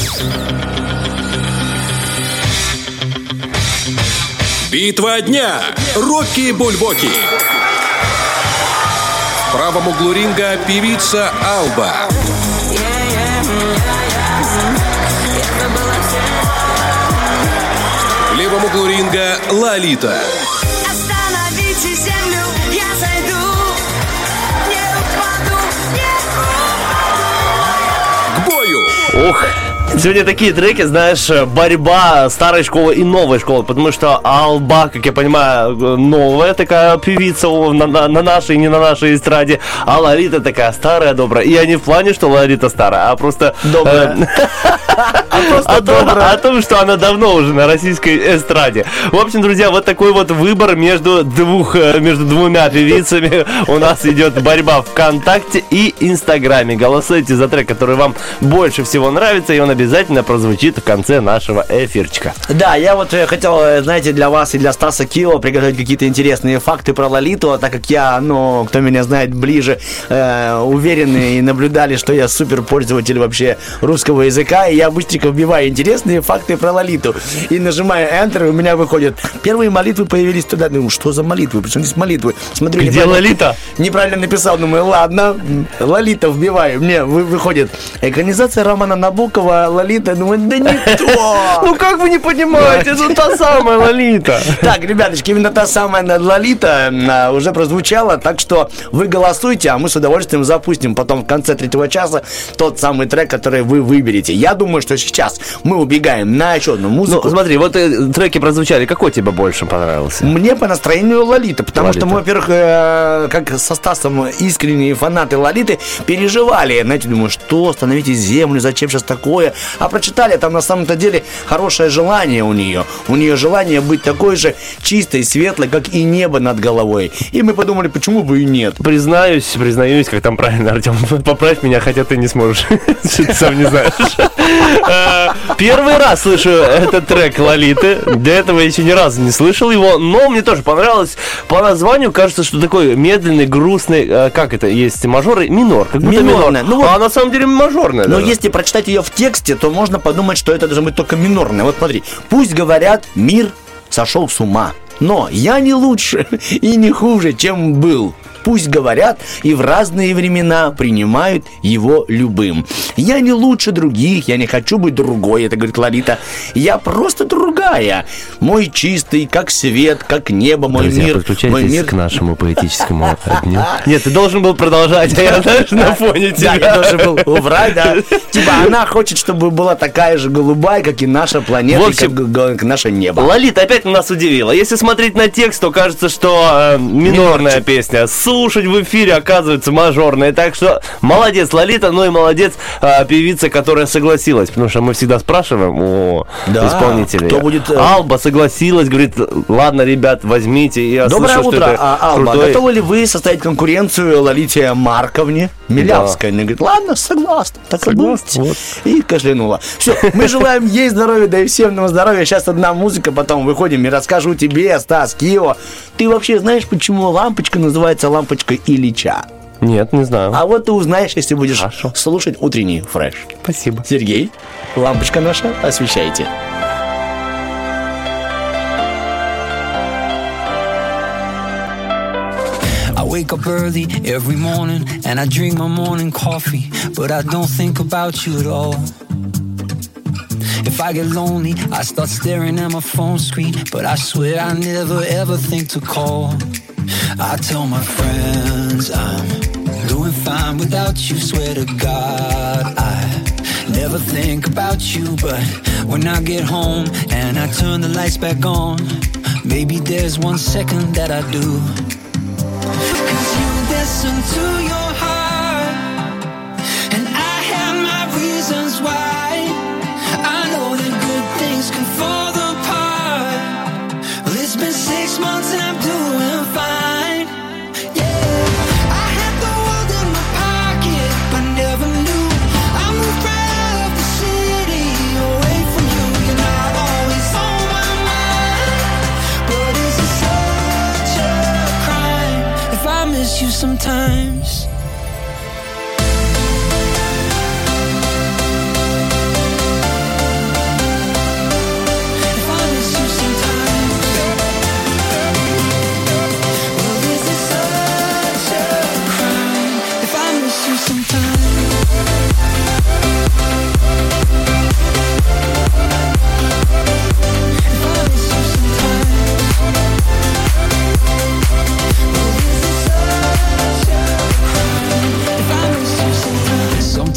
Битва дня. Рокки Бульбоки. В правом углу ринга певица Алба. В левом углу ринга Лолита. Остановите землю, я зайду. Не упаду, не упаду. К бою. Ух, сегодня такие треки, знаешь, борьба старой школы и новой школы, потому что Алба, как я понимаю, новая такая певица на нашей и не на нашей эстраде, а Лолита такая старая, добрая. И я не в плане, что Лолита старая, а просто... Добрая. О том, что она давно уже на российской эстраде. В общем, друзья, вот такой вот выбор между двумя певицами. У нас идет борьба ВКонтакте и Инстаграме. Голосуйте за трек, который вам больше всего нравится, и он обязательно прозвучит в конце нашего эфирчика. Да, я вот хотел, знаете, для вас и для Стаса Киева приготовить какие-то интересные факты про Лолиту, так как я, кто меня знает ближе, уверены и наблюдали, что я супер пользователь вообще русского языка, и я быстренько вбиваю интересные факты про Лолиту. И нажимаю Enter, и у меня выходит. Первые молитвы появились туда. Думаю, что за молитвы? Причем здесь молитвы? Смотрю, где Лолита? Неправильно написал. Думаю, ладно, Лолита вбиваю. Мне выходит экранизация Романа Набокова, Лолита. Думаю, да не то. Ну как вы не понимаете, это та самая Лолита. Так, ребяточки, именно та самая Лолита уже прозвучала, так что вы голосуйте, а мы с удовольствием запустим потом в конце 3-го часа тот самый трек, который вы выберете. Я думаю, что сейчас мы убегаем на еще одну музыку. Ну, смотри, вот треки прозвучали. Какой тебе больше понравился? Мне по настроению Лолита, потому что мы, во-первых, как со Стасом искренние фанаты Лолиты, переживали. Знаете, думаю, что, остановите землю, зачем сейчас такое? А прочитали, там на самом-то деле хорошее желание у нее. У нее желание быть такой же чистой, светлой, как и небо над головой. И мы подумали, почему бы и нет. Признаюсь, как там правильно, Артем, поправь меня, хотя ты не сможешь. Что ты сам не знаешь. Первый раз слышу этот трек Лолиты. До этого я еще ни разу не слышал его, но мне тоже понравилось. По названию кажется, что такой медленный, грустный, как это, есть мажор и минор. Как будто минорная. минор. А на самом деле мажорная. Но если прочитать ее в тексте, то можно подумать, что это должно быть только минорное. Вот смотри. Пусть говорят, мир сошел с ума, но я не лучше и не хуже, чем был. Пусть говорят, и в разные времена принимают его любым. Я не лучше других, я не хочу быть другой, это говорит Лолита. Я просто другая. Мой чистый, как свет, как небо, мой Друзья, мир. подключайтесь Мой мир к нашему поэтическому дню. Нет, ты должен был продолжать, а я, знаешь, на фоне тебя. Да, я должен был уврать, да. Типа, она хочет, чтобы была такая же голубая, как и наша планета, В общем, как наше небо. Лолита опять нас удивила. Если смотреть на текст, то кажется, что минорная песня. Слушать в эфире оказывается мажорная. Так что молодец, Лолита, ну и молодец певица, которая согласилась. Потому что мы всегда спрашиваем у исполнителей. Кто будет... Алба согласилась, говорит, ладно, ребят, возьмите. И я Доброе слышу, утро, Алба. крутой... Готовы ли вы составить конкуренцию Лолите Марковне Милявской? Она говорит, ладно, согласна. Так и будет. Вот. И кашлянула. Все, мы желаем ей здоровья, да и всем нам здоровья. Сейчас одна музыка, потом выходим и расскажу тебе, Стас Киева. Ты вообще знаешь, почему лампочка называется лампочкой Ильича? Нет, не знаю. А вот ты узнаешь, если будешь слушать утренний фреш. Спасибо. Сергей, лампочка наша, освещайте. I wake up early every morning and I drink my morning coffee, but I don't think about you at all. If I get lonely, I start staring at my phone screen, but I swear I never ever think to call. I tell my friends I'm doing fine without you, swear to God I never think about you, but when I get home and I turn the lights back on, maybe there's 1 second that I do. 'Cause you listen to your heart, and I have my reasons why. I know that good things can fall apart. Well, it's been 6 months and I'm doing fine. Yeah, I had the world in my pocket, but never knew I moved right out of the city, away from you. You're not always on my mind, but is it such a crime if I miss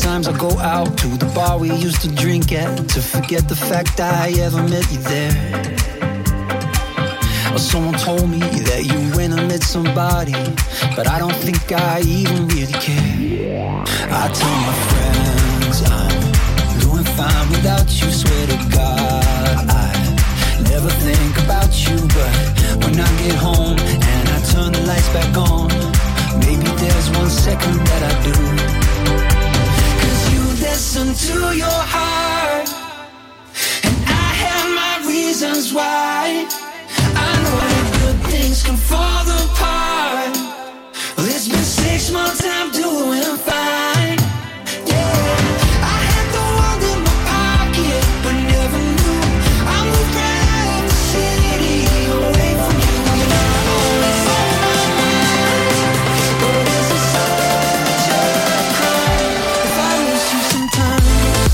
Sometimes I go out to the bar we used to drink at to forget the fact I ever met you there. Or someone told me that you went and met somebody, but I don't think I even really care. I tell my friends I'm doing fine without you, swear to God I never think about you, but when I get home and I turn the lights back on, maybe there's 1 second that I do. 'Cause you listen to your heart, and I have my reasons why. I know that good things can fall apart. Well, it's been 6 months and I'm doing fine. Yeah, I had the world in my pocket, but never knew I moved right out of the city, away from you. And I know it's on my mind, but is it such a crime if I miss you sometimes?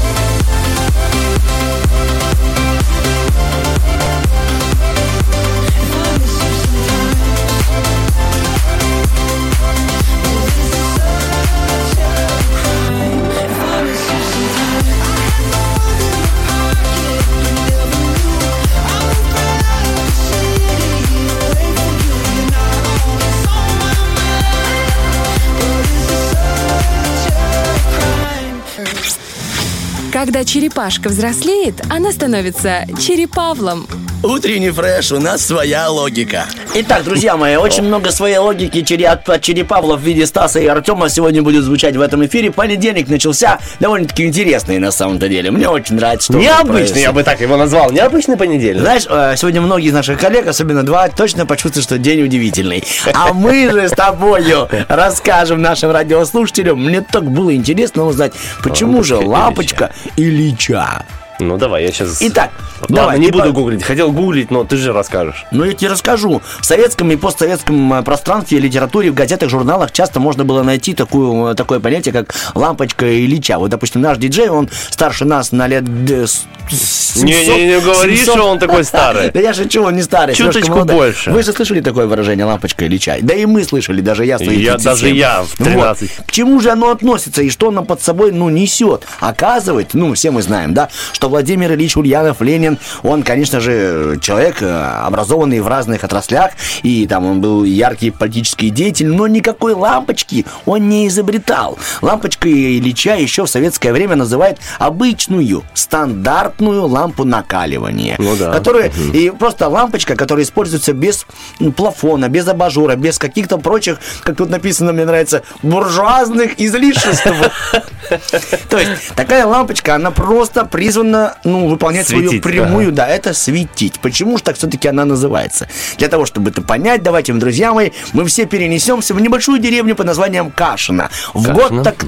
Когда черепашка взрослеет, она становится черепавлом. Утренний фреш, у нас своя логика. Итак, друзья мои, очень много своей логики от черепавлов в виде Стаса и Артема сегодня будет звучать в этом эфире. Понедельник начался довольно-таки интересный на самом-то деле. Мне очень нравится, что необычный, я бы так его назвал. Необычный понедельник. Знаешь, сегодня многие из наших коллег, особенно 2, точно почувствуют, что день удивительный. А мы же с тобою расскажем нашим радиослушателям. Мне так было интересно узнать, почему же Лампочка Ильича. Ну, давай, я сейчас... Итак, ладно, давай, не буду гуглить. Хотел гуглить, но ты же расскажешь. Ну, я тебе расскажу. В советском и постсоветском пространстве, литературе, в газетах, журналах часто можно было найти такое понятие, как Лампочка Ильича. Вот, допустим, наш диджей, он старше нас на лет... Не говори, что он такой старый. Да я шучу, он не старый. Чуточку больше. Вы же слышали такое выражение «Лампочка Ильича»? Да и мы слышали, даже я в своих 37. Даже я в 13. Вот. К чему же оно относится и что оно под собой, несет? Оказывается, все мы знаем, да, что Владимир Ильич Ульянов Ленин, он, конечно же, человек, образованный в разных отраслях, и там он был яркий политический деятель, но никакой лампочки он не изобретал. Лампочкой Ильича еще в советское время называют обычную, стандартную лампу накаливания. Ну да. Которая, и просто лампочка, которая используется без плафона, без абажура, без каких-то прочих, как тут написано, мне нравится, буржуазных излишеств. То есть, такая лампочка, она просто призвана выполнять свою прямую, да, это светить. Почему же так все-таки она называется? Для того, чтобы это понять, давайте, друзья мои, мы все перенесемся в небольшую деревню под названием Кашино. В год так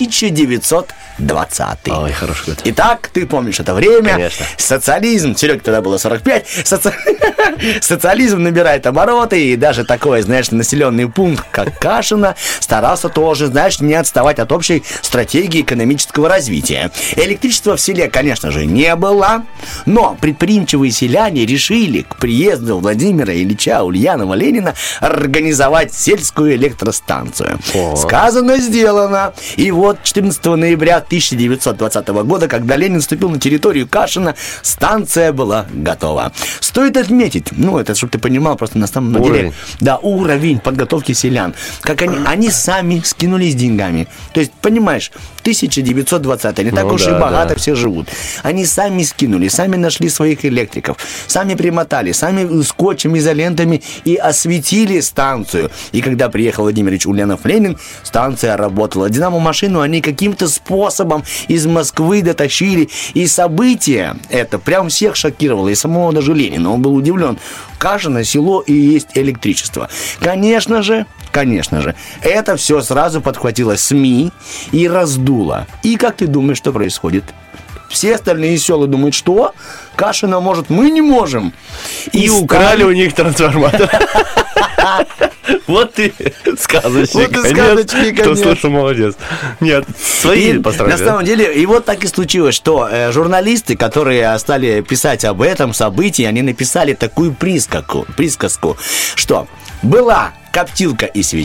1920. Ой, хороший год. Итак, ты помнишь это время. Конечно. Социализм, Сереге тогда было 45. Социализм набирает обороты, и даже такой, знаешь, населенный пункт, как Кашино, старался тоже, знаешь, не отставать от общей стратегии экономического развития. Электричества в селе, конечно же, не было, но предприимчивые селяне решили к приезду Владимира Ильича Ульянова Ленина организовать сельскую электростанцию. Сказано, сделано. И вот 14 ноября 1920 года, когда Ленин вступил на территорию Кашино, станция была готова. Стоит отметить, это, чтобы ты понимал, просто на самом деле, да, уровень подготовки селян. Как они сами скинулись деньгами. То есть, понимаешь, 1920, не так уж и богато все живут. Они сами скинули, сами нашли своих электриков, сами примотали, сами скотчем, изолентами и осветили станцию. И когда приехал Владимир Ильич Ульянов Ленин, станция работала. Динамо-машину они каким-то способом из Москвы дотащили. И событие это прям всех шокировало. И самого даже Ленина. Он был удивлен. Кашино, село и есть электричество. Конечно же, это все сразу подхватило СМИ и раздуло. И как ты думаешь, что происходит? Все остальные села думают, что Кашино может, мы не можем. И украли у них трансформатор. Вот ты сказочник. Вот ты сказочник, кто слышал, молодец. Нет, свои построили. На самом деле, и вот так и случилось, что журналисты, которые стали писать об этом событии, они написали такую присказку, что была коптилка и свеча,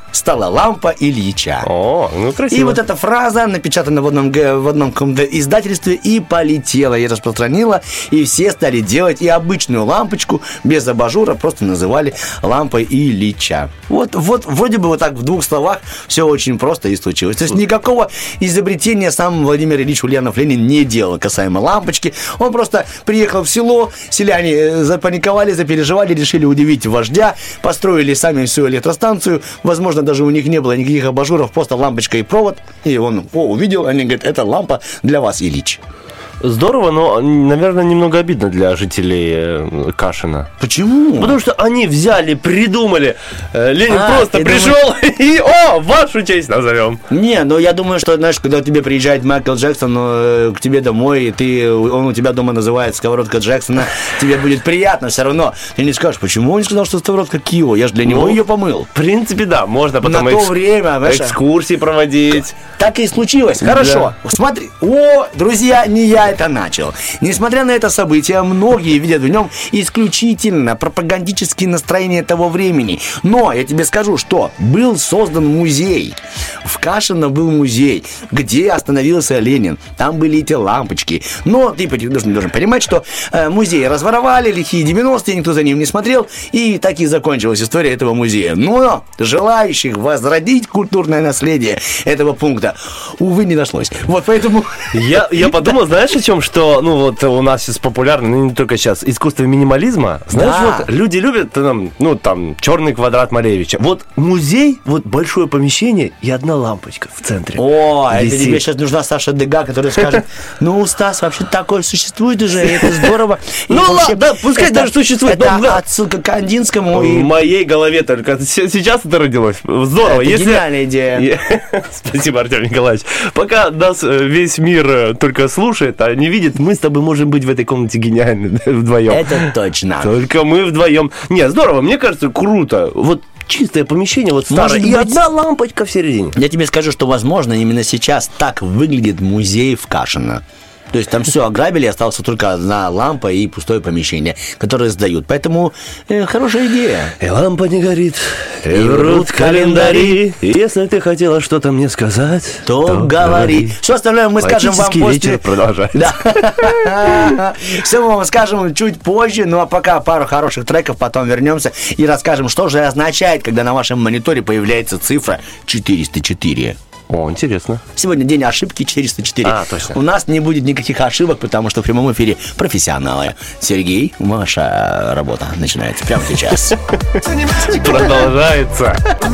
стала лампа Ильича. О, ну красиво. И вот эта фраза напечатана в одном каком-то издательстве и полетела, и распространила, и все стали делать и обычную лампочку без абажура, просто называли лампой Ильича. Вот вроде бы вот так в двух словах все очень просто и случилось. То есть никакого изобретения сам Владимир Ильич Ульянов-Ленин не делал касаемо лампочки. Он просто приехал в село, селяне запаниковали, запереживали, решили удивить вождя, построили сами всю электростанцию, возможно, даже у них не было никаких абажуров, просто лампочка и провод, и он увидел, они говорят, это лампа для вас, Ильич. Здорово, но, наверное, немного обидно для жителей Кашина. Почему? Потому что они взяли, придумали. Ленин просто пришел и, вашу честь назовем. Не, ну я думаю, что, знаешь, когда к тебе приезжает Майкл Джексон к тебе домой, и он у тебя дома называет сковородка Джексона, тебе будет приятно все равно. Ты не скажешь, почему он не сказал, что сковородка Кио? Я же для него ее помыл. В принципе, да, можно потом на то время, экскурсии проводить. Так и случилось. Хорошо. Да. Смотри. Друзья, не я это начал. Несмотря на это событие, многие видят в нем исключительно пропагандические настроения того времени. Но я тебе скажу, что был создан музей. В Кашино был музей, где остановился Ленин. Там были эти лампочки. Но ты должен понимать, что музей разворовали, лихие 90-е, никто за ним не смотрел. И так и закончилась история этого музея. Но желающих возродить культурное наследие этого пункта, увы, не нашлось. Вот поэтому... Я подумал, знаешь, о чем? Что, у нас сейчас популярно, не только сейчас, искусство минимализма. Знаешь, люди любят, черный квадрат Малевича. Вот музей, большое помещение и одна лампочка в центре. Это тебе сейчас нужна Саша Дега, который скажет, Стас, вообще такое существует уже, и это здорово. Ладно, пускай даже существует. Это отсылка к Кандинскому. В моей голове только сейчас это родилось. Здорово. Это гениальная идея. Спасибо, Артем Николаевич. Пока нас весь мир только слушает, а не видит, мы с тобой можем быть в этой комнате гениальны вдвоем. Это точно. Только мы вдвоем. Не, здорово, мне кажется, круто. Чистое помещение, старое, и одна лампочка в середине. Я тебе скажу, что, возможно, именно сейчас так выглядит музей в Кашино. То есть там все ограбили, осталась только одна лампа и пустое помещение, которое сдают. Поэтому хорошая идея. И лампа не горит, и врут календари. Если ты хотела что-то мне сказать, то говори. Все остальное мы скажем вам после... вечер продолжается. Да. Все мы вам скажем чуть позже. Ну а пока пару хороших треков, потом вернемся и расскажем, что же означает, когда на вашем мониторе появляется цифра 404. О, интересно. Сегодня день ошибки 404. Точно. У нас не будет никаких ошибок, потому что в прямом эфире профессионалы. Сергей, ваша работа начинается прямо сейчас. Продолжается.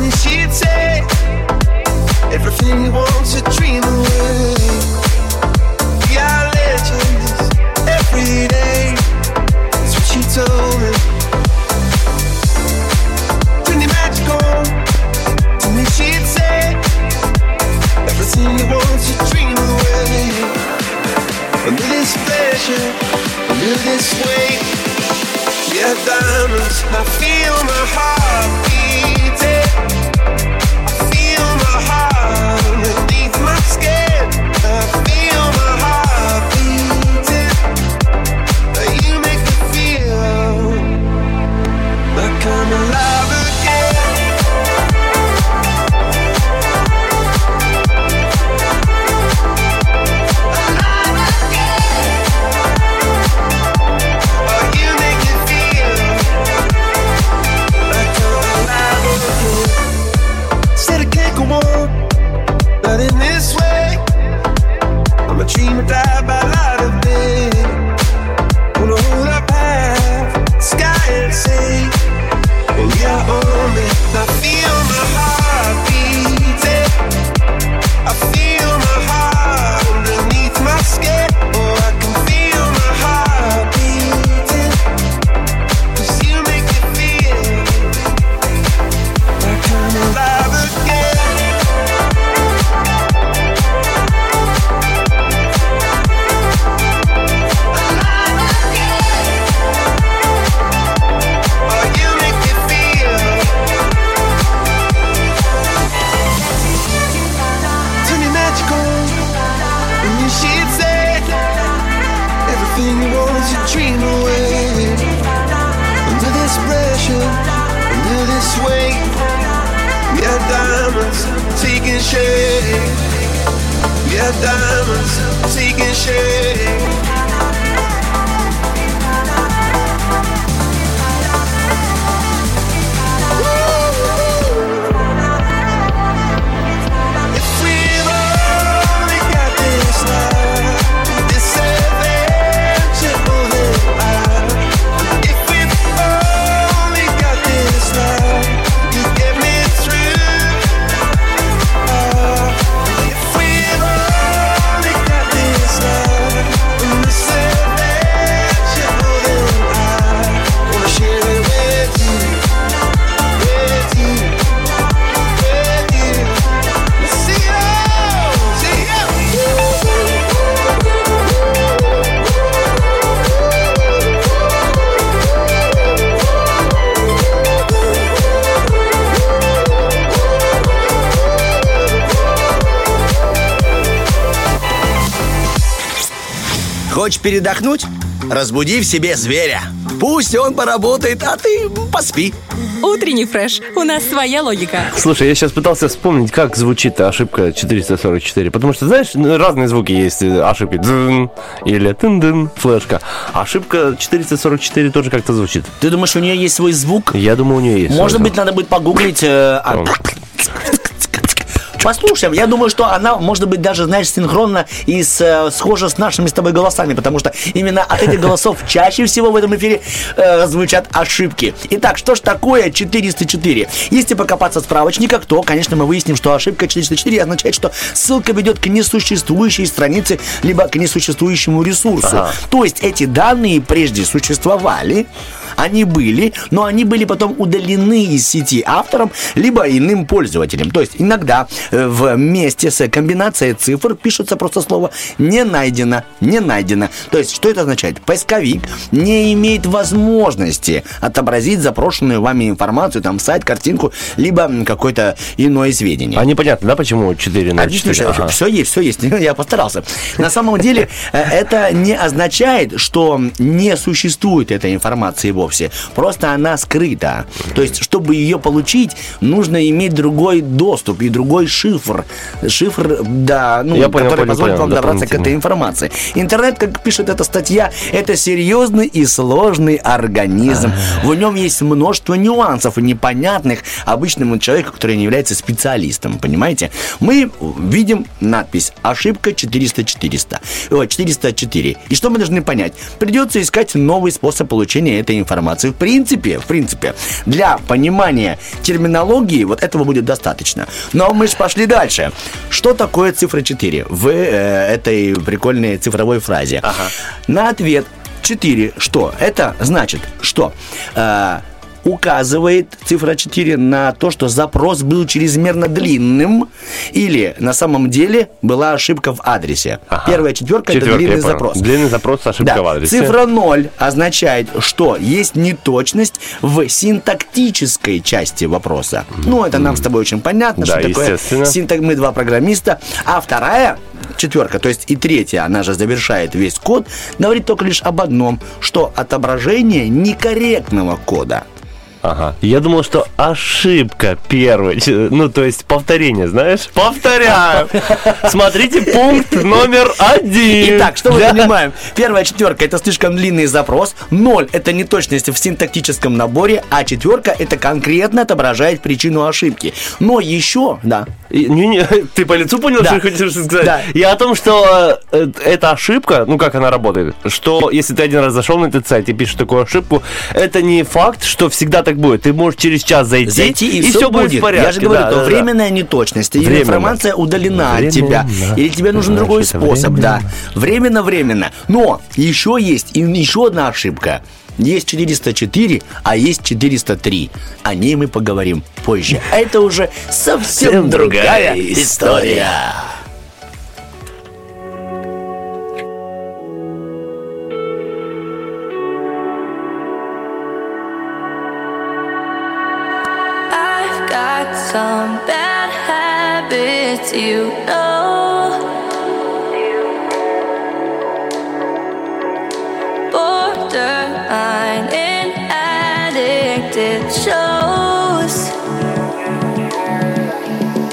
Everything you want to dream away. Under this pressure, under this weight, we are diamonds. I feel my heart beating. I feel my heart underneath my skin. I feel my heart beating. You make me feel like I'm alive again. Not in this way. I'm a dreamer, die by light of day. Wanna hold up half sky and say, well, we are only. I feel my heart beating. I feel my heart underneath my skin. Oh, I can feel my heart beating. 'Cause you make me feel like I'm alive again. diamonds taking shape. Yeah, diamonds taking shape. Хочешь передохнуть? Разбуди в себе зверя. Пусть он поработает, а ты поспи. Утренний фреш. У нас своя логика. Слушай, я сейчас пытался вспомнить, как звучит ошибка 444. Потому что, знаешь, разные звуки есть. Ошибки дзын или тын-дын, флешка. Ошибка 444 тоже как-то звучит. Ты думаешь, у нее есть свой звук? Я думаю, у нее есть. Может быть, надо будет погуглить... Послушаем. Я думаю, что она, может быть, даже, знаешь, синхронно и схожа с нашими с тобой голосами, потому что именно от этих голосов чаще всего в этом эфире звучат ошибки. Итак, что ж такое 404? Если покопаться в справочниках, то, конечно, мы выясним, что ошибка 404 означает, что ссылка ведет к несуществующей странице, либо к несуществующему ресурсу. Ага. То есть эти данные прежде существовали, они были, но они были потом удалены из сети автором, либо иным пользователем. То есть иногда вместе с комбинацией цифр пишется просто слово «не найдено», «не найдено». То есть что это означает? Поисковик не имеет возможности отобразить запрошенную вами информацию, там сайт, картинку, либо какое-то иное сведение. А непонятно, да, почему 4 на 4? Ага. Все есть, я постарался. На самом деле это не означает, что не существует этой информации вовсе. Просто она скрыта. То есть, чтобы ее получить, нужно иметь другой доступ и другой шифр, да, который позволит вам добраться к этой информации. Интернет, как пишет эта статья, это серьезный и сложный организм. В нем есть множество нюансов и непонятных обычному человеку, который не является специалистом, понимаете? Мы видим надпись «Ошибка 404». И что мы должны понять? Придется искать новый способ получения этой информации. В принципе, для понимания терминологии вот этого будет достаточно. Но мы же пошли дальше. Что такое цифра 4 в этой прикольной цифровой фразе? Ага. На ответ 4 что? Это значит, что указывает цифра 4 на то, что запрос был чрезмерно длинным или на самом деле была ошибка в адресе. Ага. Первая четверка это длинный запрос. Длинный запрос, ошибка в адресе. Цифра 0 означает, что есть неточность в синтактической части вопроса. Это нам с тобой очень понятно, да, что такое мы два программиста. А вторая четверка, то есть и третья, она же завершает весь код, говорит только лишь об одном, что отображение некорректного кода. Ага. Я думал, что ошибка первой, то есть повторение, знаешь? Повторяю. Смотрите пункт номер 1. Итак, что мы понимаем? Первая четверка – это слишком длинный запрос, 0 – это неточность в синтактическом наборе, а четверка – это конкретно отображает причину ошибки. Но еще, да. Ты по лицу понял, что хочешь сказать? Да. Я о том, что эта ошибка, как она работает, что если ты один раз зашел на этот сайт и пишешь такую ошибку, это не факт, что всегда так будет. Ты можешь через час зайти и все будет в порядке. Я же говорю, что временная неточность, или информация удалена от тебя, или тебе нужен другой способ. Временно. Но еще есть еще одна ошибка. Есть 404, а есть 403. О ней мы поговорим позже. А это уже совсем другая история. Some bad habits, you know. Borderline and addicted shows.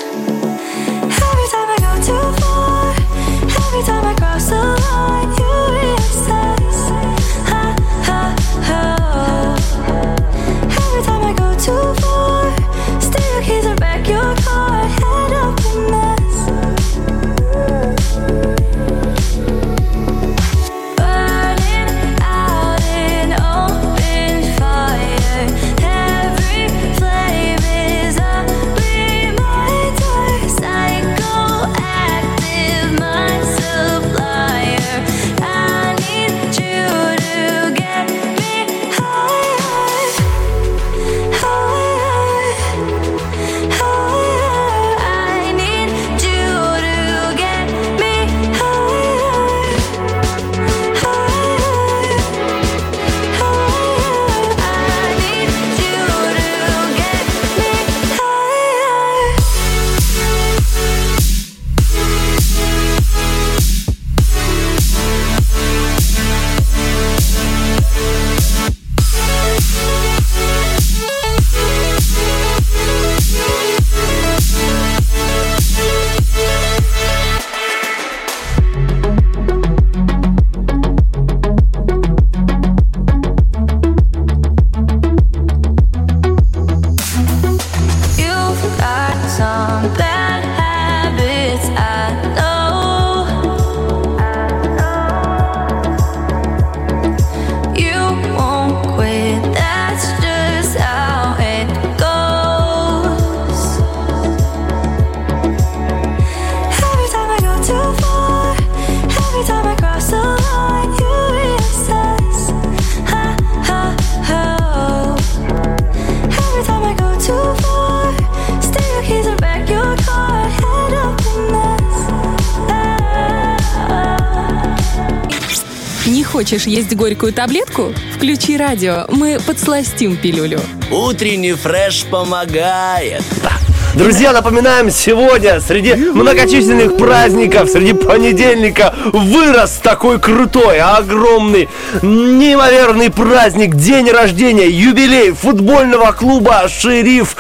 хочешь есть горькую таблетку? Включи радио, мы подсластим пилюлю. Утренний фреш помогает. Друзья, напоминаем, сегодня среди многочисленных праздников, среди понедельника вырос такой крутой, огромный, неимоверный праздник, день рождения, юбилей футбольного клуба «Шериф».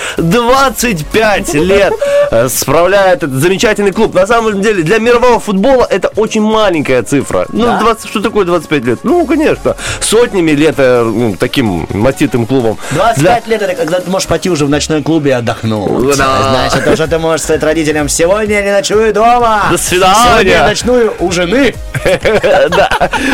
25 лет справляет этот замечательный клуб. На самом деле, для мирового футбола это очень маленькая цифра. Ну, 20, что такое 25 лет? Ну, конечно, сотнями лет таким маститым клубом. 25 лет, это когда ты можешь пойти уже в ночной клуб и отдохнуть. Значит, то, что ты можешь сказать родителям: сегодня я не ночую дома. До свидания. Сегодня я ночную у жены. Да.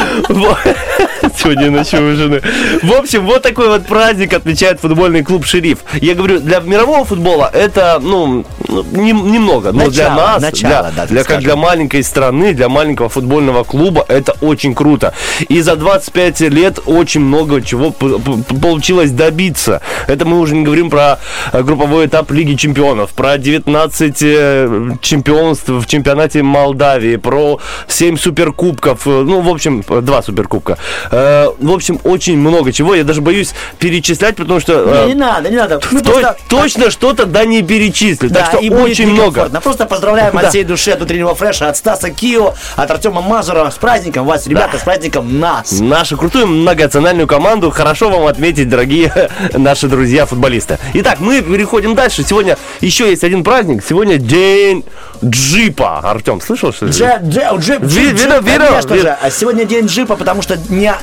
Сегодня ночую у жены. В общем, вот такой вот праздник отмечает футбольный клуб «Шериф». Я говорю, для мирового футбола это, немного. Но для нас, как для маленькой страны, для маленького футбольного клуба, это очень круто. И за 25 лет очень много чего получилось добиться. Это мы уже не говорим про групповой этап Лиги Чемпионов, про 19 чемпионств в чемпионате Молдавии, про 7 суперкубков, в общем, 2 суперкубка. В общем, очень много чего. Я даже боюсь перечислять, потому что... Не надо. Точно что-то не перечислю. Да, так что очень много. Просто поздравляем от всей души, от утреннего фреша, от Стаса Кио, от Артема Мазура. С праздником вас, ребята, с праздником нас. Нашу крутую многонациональную команду. Хорошо вам отметить, дорогие наши друзья-футболисты. Итак, мы переходим дальше. Сегодня еще есть один праздник. Сегодня день джипа. Артем, слышал, что ли? Джип. Конечно же. А сегодня день джипа, потому что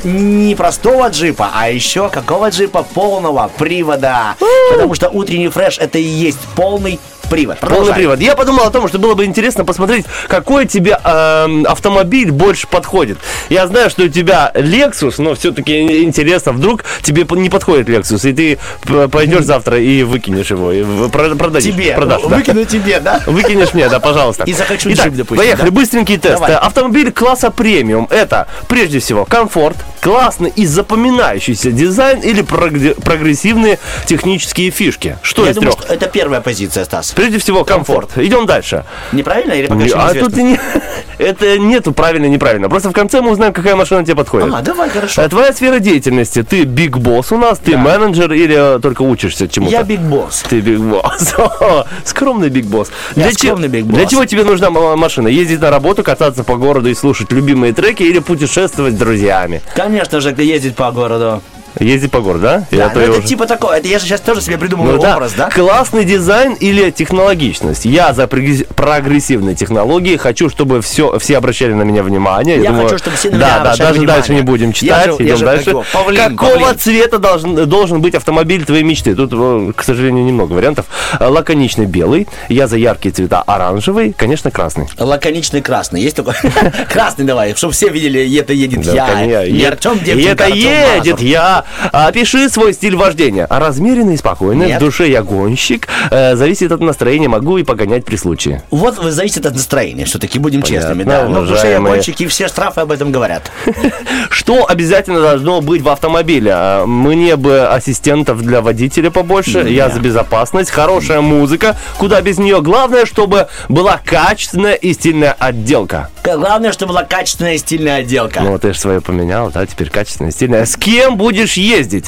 не простого джипа, а еще какого джипа? Полного привода. Потому что утренний фреш — это и есть полный привод. Полный привод. Я подумал о том, что было бы интересно посмотреть, какой тебе автомобиль больше подходит. Я знаю, что у тебя Lexus, но все-таки интересно, вдруг тебе не подходит Lexus, и ты пойдешь завтра и выкинешь его, и продадишь. Тебе. Продашь, выкину тебе, да? Выкинешь мне, да, пожалуйста. И захочу Итак, джип, допустим. поехали, да? быстренький тест. Давай. Автомобиль класса премиум — это, прежде всего, комфорт, классный и запоминающийся дизайн или прогрессивные технические фишки. Что из трех? Что это первая позиция, Стас. Прежде всего, комфорт. Идем дальше. Неправильно или пока еще неизвестно? Тут это нету правильно-неправильно. Просто в конце мы узнаем, какая машина тебе подходит. Давай, хорошо. Твоя сфера деятельности. Ты Big Boss у нас, ты менеджер или только учишься чему-то? Я Big Boss. Ты Big Boss. Скромный Big Boss. Скромный Big Boss. Для чего тебе нужна машина? Ездить на работу, кататься по городу и слушать любимые треки или путешествовать с друзьями? Конечно же, ездить по городу. Ездить по городу, да? Да, это типа такое. Это я же сейчас тоже себе придумываю образ, да? Классный дизайн или технологичность? Я за прогрессивные технологии. Хочу, чтобы все обращали на меня внимание. Я хочу, чтобы все на меня обращали даже внимание. дальше не будем читать. Идем дальше. Какого цвета должен быть автомобиль твоей мечты? Тут, к сожалению, немного вариантов. Лаконичный белый. Я за яркие цвета. Оранжевый. Конечно, красный. Лаконичный красный. Есть такой? Красный давай, чтобы все видели, это едет я. И Артем Девченко, это едет я. Опиши свой стиль вождения. Размеренный и спокойный. Нет. В душе я гонщик. Зависит от настроения. Могу и погонять при случае. Вот зависит от настроения. Все-таки будем честными. Да, Но в душе я гонщик, и все штрафы об этом говорят. Что обязательно должно быть в автомобиле? Мне бы ассистентов для водителя побольше. Я за безопасность. Хорошая музыка. Куда без нее? Главное, чтобы была качественная и стильная отделка. Главное, чтобы была качественная и стильная отделка. Ну, ты же свое поменял, да? Теперь качественная и стильная. С кем будешь ездить?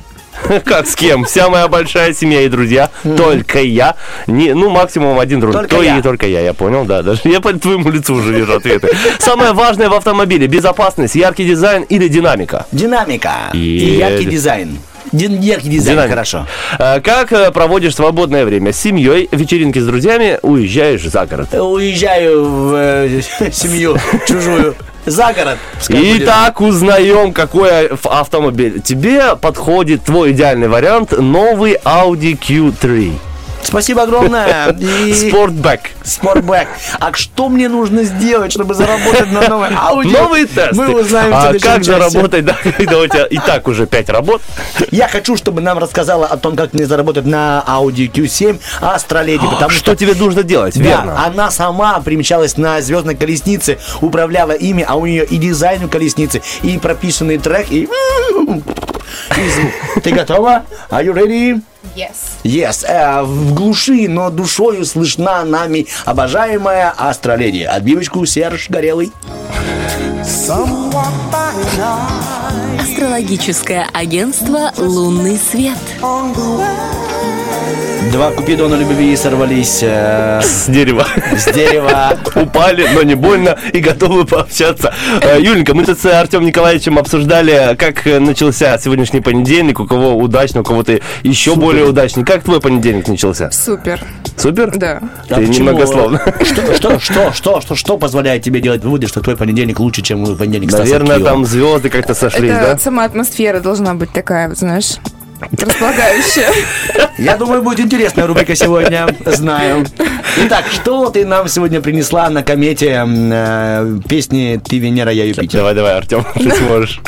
Как с кем? Вся моя большая семья и друзья. Только я. Максимум один друг. Только я понял, да. Даже я по твоему лицу уже вижу ответы. Самое важное в автомобиле: безопасность, яркий дизайн или динамика? Динамика и яркий дизайн. Яркий дизайн, хорошо. Как проводишь свободное время? С семьей, вечеринки с друзьями, уезжаешь за город? Уезжаю в семью чужую. За город. Итак, узнаем, какой автомобиль тебе подходит. Твой идеальный вариант — новый Audi Q3. Спасибо огромное. Спортбэк. А что мне нужно сделать, чтобы заработать на новой Audi? Новые тесты. Мы узнаем в следующем как часе. заработать, да, когда у тебя и так уже 5 работ? Я хочу, чтобы нам рассказала о том, как мне заработать на Audi Q7 Astra Lady, потому что тебе нужно делать, верно? Да, она сама примчалась на звездной колеснице, управляла ими, а у нее и дизайн у колесницы, и прописанный трек, и звук. Ты готова? Are you ready? Yes. В глуши, но душою слышна нами обожаемая Astra Lady. Отбивочку Серж Горелый. Астрологическое агентство «Лунный свет». Два купидона любви сорвались с дерева. С дерева. Упали, но не больно, и готовы пообщаться. Юленька, мы тут с Артемом Николаевичем обсуждали, как начался сегодняшний понедельник, у кого удачно, у кого-то еще более удачный. Как твой понедельник начался? Супер. Супер? Да. Ты немногословно. Что позволяет тебе делать выводы, что твой понедельник лучше, чем понедельник Стаса Наверное, Киева? там звезды как-то сошлись, Это да? сама атмосфера должна быть такая, вот, знаешь, располагающая. Я думаю, будет интересная рубрика сегодня, знаю. Итак, что ты нам сегодня принесла на комете песни «Ты Венера, я Юпитер»? Давай, Артем, ты сможешь.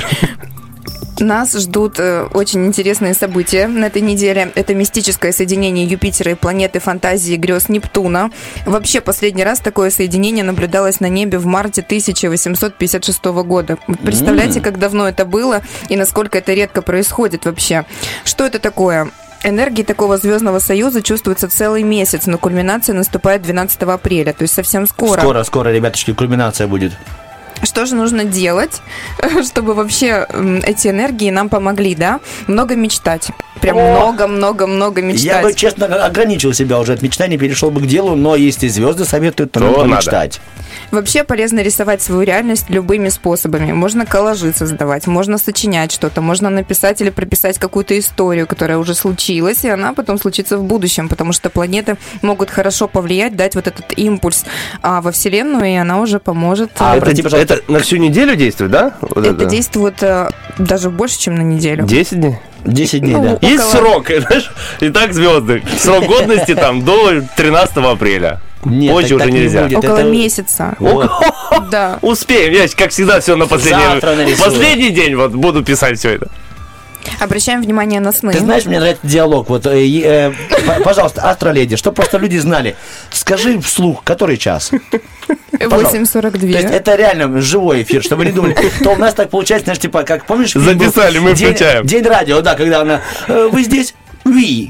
Нас ждут очень интересные события на этой неделе. Это мистическое соединение Юпитера и планеты фантазии и грез Нептуна. Вообще, последний раз такое соединение наблюдалось на небе в марте 1856 года. Представляете, как давно это было и насколько это редко происходит вообще. Что это такое? Энергии такого звездного союза чувствуется целый месяц, но кульминация наступает 12 апреля, то есть совсем скоро. Скоро, ребяточки, кульминация будет. Что же нужно делать, чтобы вообще эти энергии нам помогли, да? Много мечтать. Прям много-много-много мечтать. Я бы, честно, ограничил себя уже от мечтаний, перешел бы к делу, но если звезды советуют, то надо мечтать. Вообще полезно рисовать свою реальность любыми способами. Можно коллажи создавать, можно сочинять что-то, можно написать или прописать какую-то историю, которая уже случилась, и она потом случится в будущем, потому что планеты могут хорошо повлиять, дать вот этот импульс во Вселенную, и она уже поможет. Это на всю неделю действует, да? Вот это действует даже больше, чем на неделю. 10 дней? 10 дней, да. Есть срок, знаешь? Итак, звезды. Срок годности там до 13 апреля. Нет, позже уже нельзя. Около месяца. Да. Успеем. Я, как всегда, все на последний день вот буду писать все это. Обращаем внимание на сны. Ты знаешь, мне нравится диалог. Вот, пожалуйста, астроледи, чтобы просто люди знали. Скажи вслух, который час? 8:42. То есть это реально живой эфир, чтобы не думали. То у нас так получается, знаешь, типа, как помнишь? Записали, мы включаем. День радио, да, когда она... Вы здесь? Oui.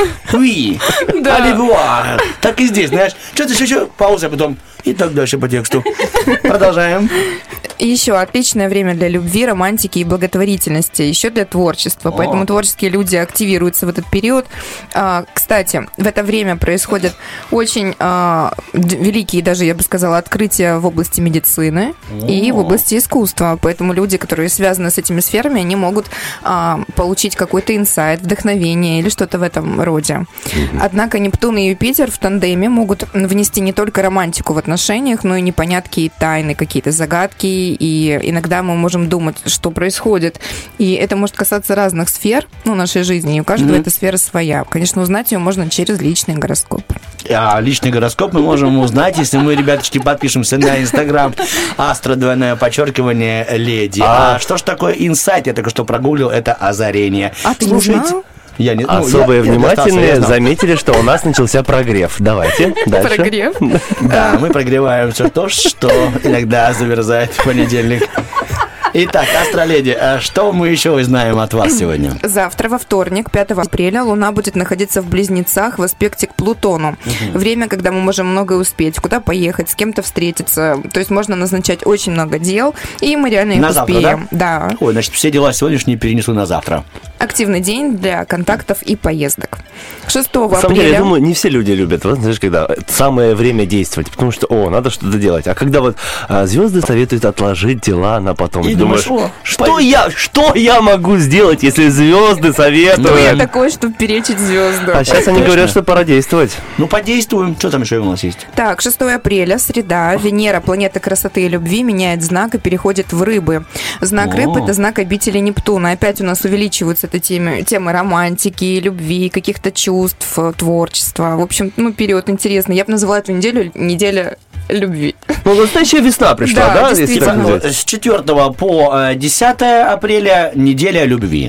Аллилуйя. Так и здесь, знаешь. Что-то еще, пауза, потом... И так дальше по тексту. Продолжаем. И еще отличное время для любви, романтики и благотворительности, еще для творчества. Поэтому творческие люди активируются в этот период. Кстати, в это время происходят очень великие, даже, я бы сказала, открытия в области медицины и в области искусства. Поэтому люди, которые связаны с этими сферами, они могут получить какой-то инсайт, вдохновение или что-то в этом роде. Однако Нептун и Юпитер в тандеме могут внести не только романтику в отношениях, но и непонятки и тайны, какие-то загадки, и иногда мы можем думать, что происходит. И это может касаться разных сфер нашей жизни, и у каждого эта сфера своя. Конечно, узнать ее можно через личный гороскоп. А личный гороскоп мы можем узнать, если мы, ребяточки, подпишемся на Инстаграм астро_леди. А что ж такое инсайт? Я только что прогуглил, это озарение. Ты не знал? Особые внимательные заметили, что у нас начался прогрев. Давайте дальше. Прогрев? Да, мы прогреваем все то, что иногда замерзает в понедельник. Итак, астроледи, что мы еще узнаем от вас сегодня? Завтра, во вторник, 5 апреля, Луна будет находиться в Близнецах в аспекте к Плутону. Время, когда мы можем многое успеть, куда поехать, с кем-то встретиться. То есть можно назначать очень много дел, и мы реально их на успеем. Завтра, да? Ой, значит, все дела сегодняшние перенесу на завтра. Активный день для контактов и поездок. 6 апреля... На самом деле, я думаю, не все люди любят, вот, знаешь, когда самое время действовать, потому что, надо что-то делать. А когда вот звезды советуют отложить дела на потом, и думаешь, что я могу сделать, если звезды советуют? Кто я такой, чтобы перечить звезду? А сейчас они говорят, что пора действовать. Ну, подействуем. Что там еще у нас есть? Так, 6 апреля, среда. Венера, планета красоты и любви, меняет знак и переходит в рыбы. Знак рыб – это знак обители Нептуна. Опять у нас увеличиваются эти темы романтики, любви, каких-то чувств, творчества. В общем, период интересный. Я бы назвала эту неделя любви. Настоящая весна пришла, да? Действительно. С 4 по 10 апреля неделя любви.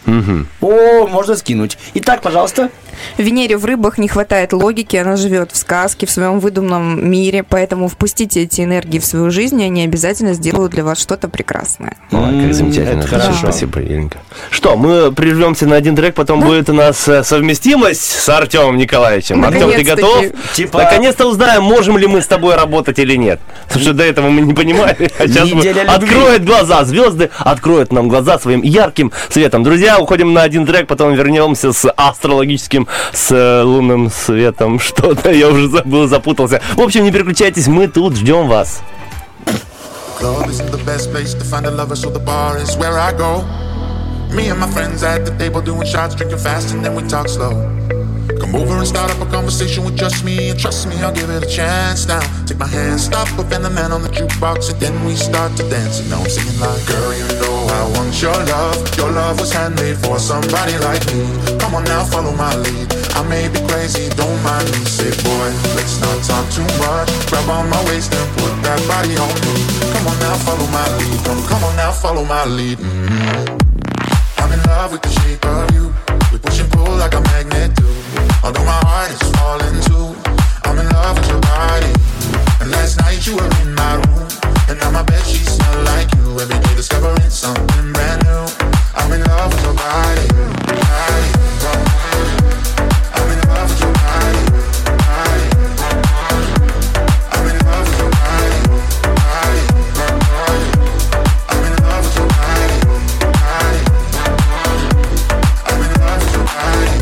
О, можно скинуть. Итак, пожалуйста. Венере в рыбах не хватает логики, она живет в сказке, в своем выдуманном мире, поэтому впустите эти энергии в свою жизнь, и они обязательно сделают для вас что-то прекрасное. Как замечательно. Это хорошо. Спасибо, Еленька. Что, мы прервемся на один трек, потом будет у нас совместимость с Артемом Николаевичем. Артем, ты готов? Наконец-то узнаем, можем ли мы с тобой работать или нет. Слушай, до этого мы не понимали, а сейчас откроет глаза звезды, откроет нам глаза своим ярким светом. Друзья, уходим на один трек, потом вернемся с астрологическим, с лунным светом, что-то, я уже забыл, запутался. В общем, не переключайтесь, мы тут ждем вас. Club isn't the best place to find a lover, so the bar is where I go. Me and my friends at the table doing shots, drinking fast, and then we talk slow. Come over and start up a conversation with just me, and trust me, I'll give it a chance now. Take my hand, stop up, and the man on the jukebox, and then we start to dance. And now I'm singing like, girl, you know I want your love. Your love was handmade for somebody like me. Come on now, follow my lead. I may be crazy, don't mind me. Say, boy, let's not talk too much. Grab on my waist and put that body on me. Come on now, follow my lead. Come on now, follow my lead. I'm in love with the shape of you. We push and pull like a magnet do. Although my heart is falling too, I'm in love with your body. And last night you were in my room, and now my bedsheets smell like you. Every day discovering something brand new. I'm in love with your body, body. I'm in love with your body, body. I'm in love with your body, body. I'm in love with your body, body. I'm in love with your body.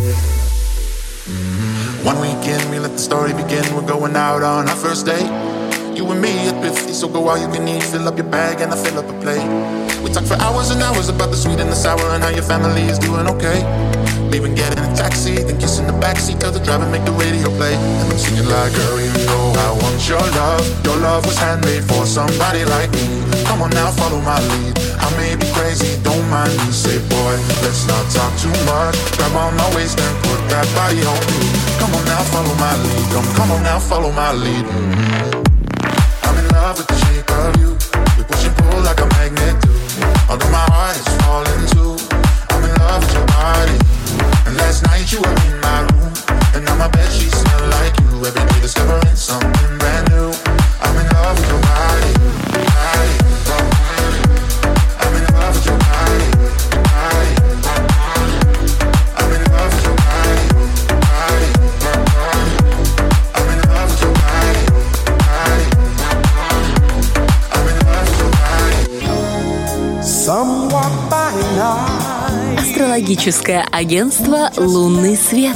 One weekend, we let the story begin. We're going out on our first date. You and me at 50, so go all you can eat. Fill up your bag and I fill up a plate. We talk for hours and hours about the sweet and the sour and how your family is doing okay. Leaving, getting a taxi, then kissing the backseat, tell the driver make the radio play. And I'm singing like, girl, you know I want your love. Your love was handmade for somebody like me. Come on now, follow my lead. I may be crazy, don't mind me. Say, boy, let's not talk too much. Grab on my waist and put that body on me. Come on now, follow my lead. Come on now, follow my lead. I'm in love with the shape of you. We push and pull like a magnet do. Although my heart is falling too, I'm in love with your body. And last night you were in my room, and now my bedsheets smell like you. Every day discovering something brand new. I'm in love with your body, body. I'm in love with your body, body. I'm in love with your body, body. I'm in love with your body, body. I'm in love with your body. Somewhat by night. Астрологическое агентство «Лунный свет».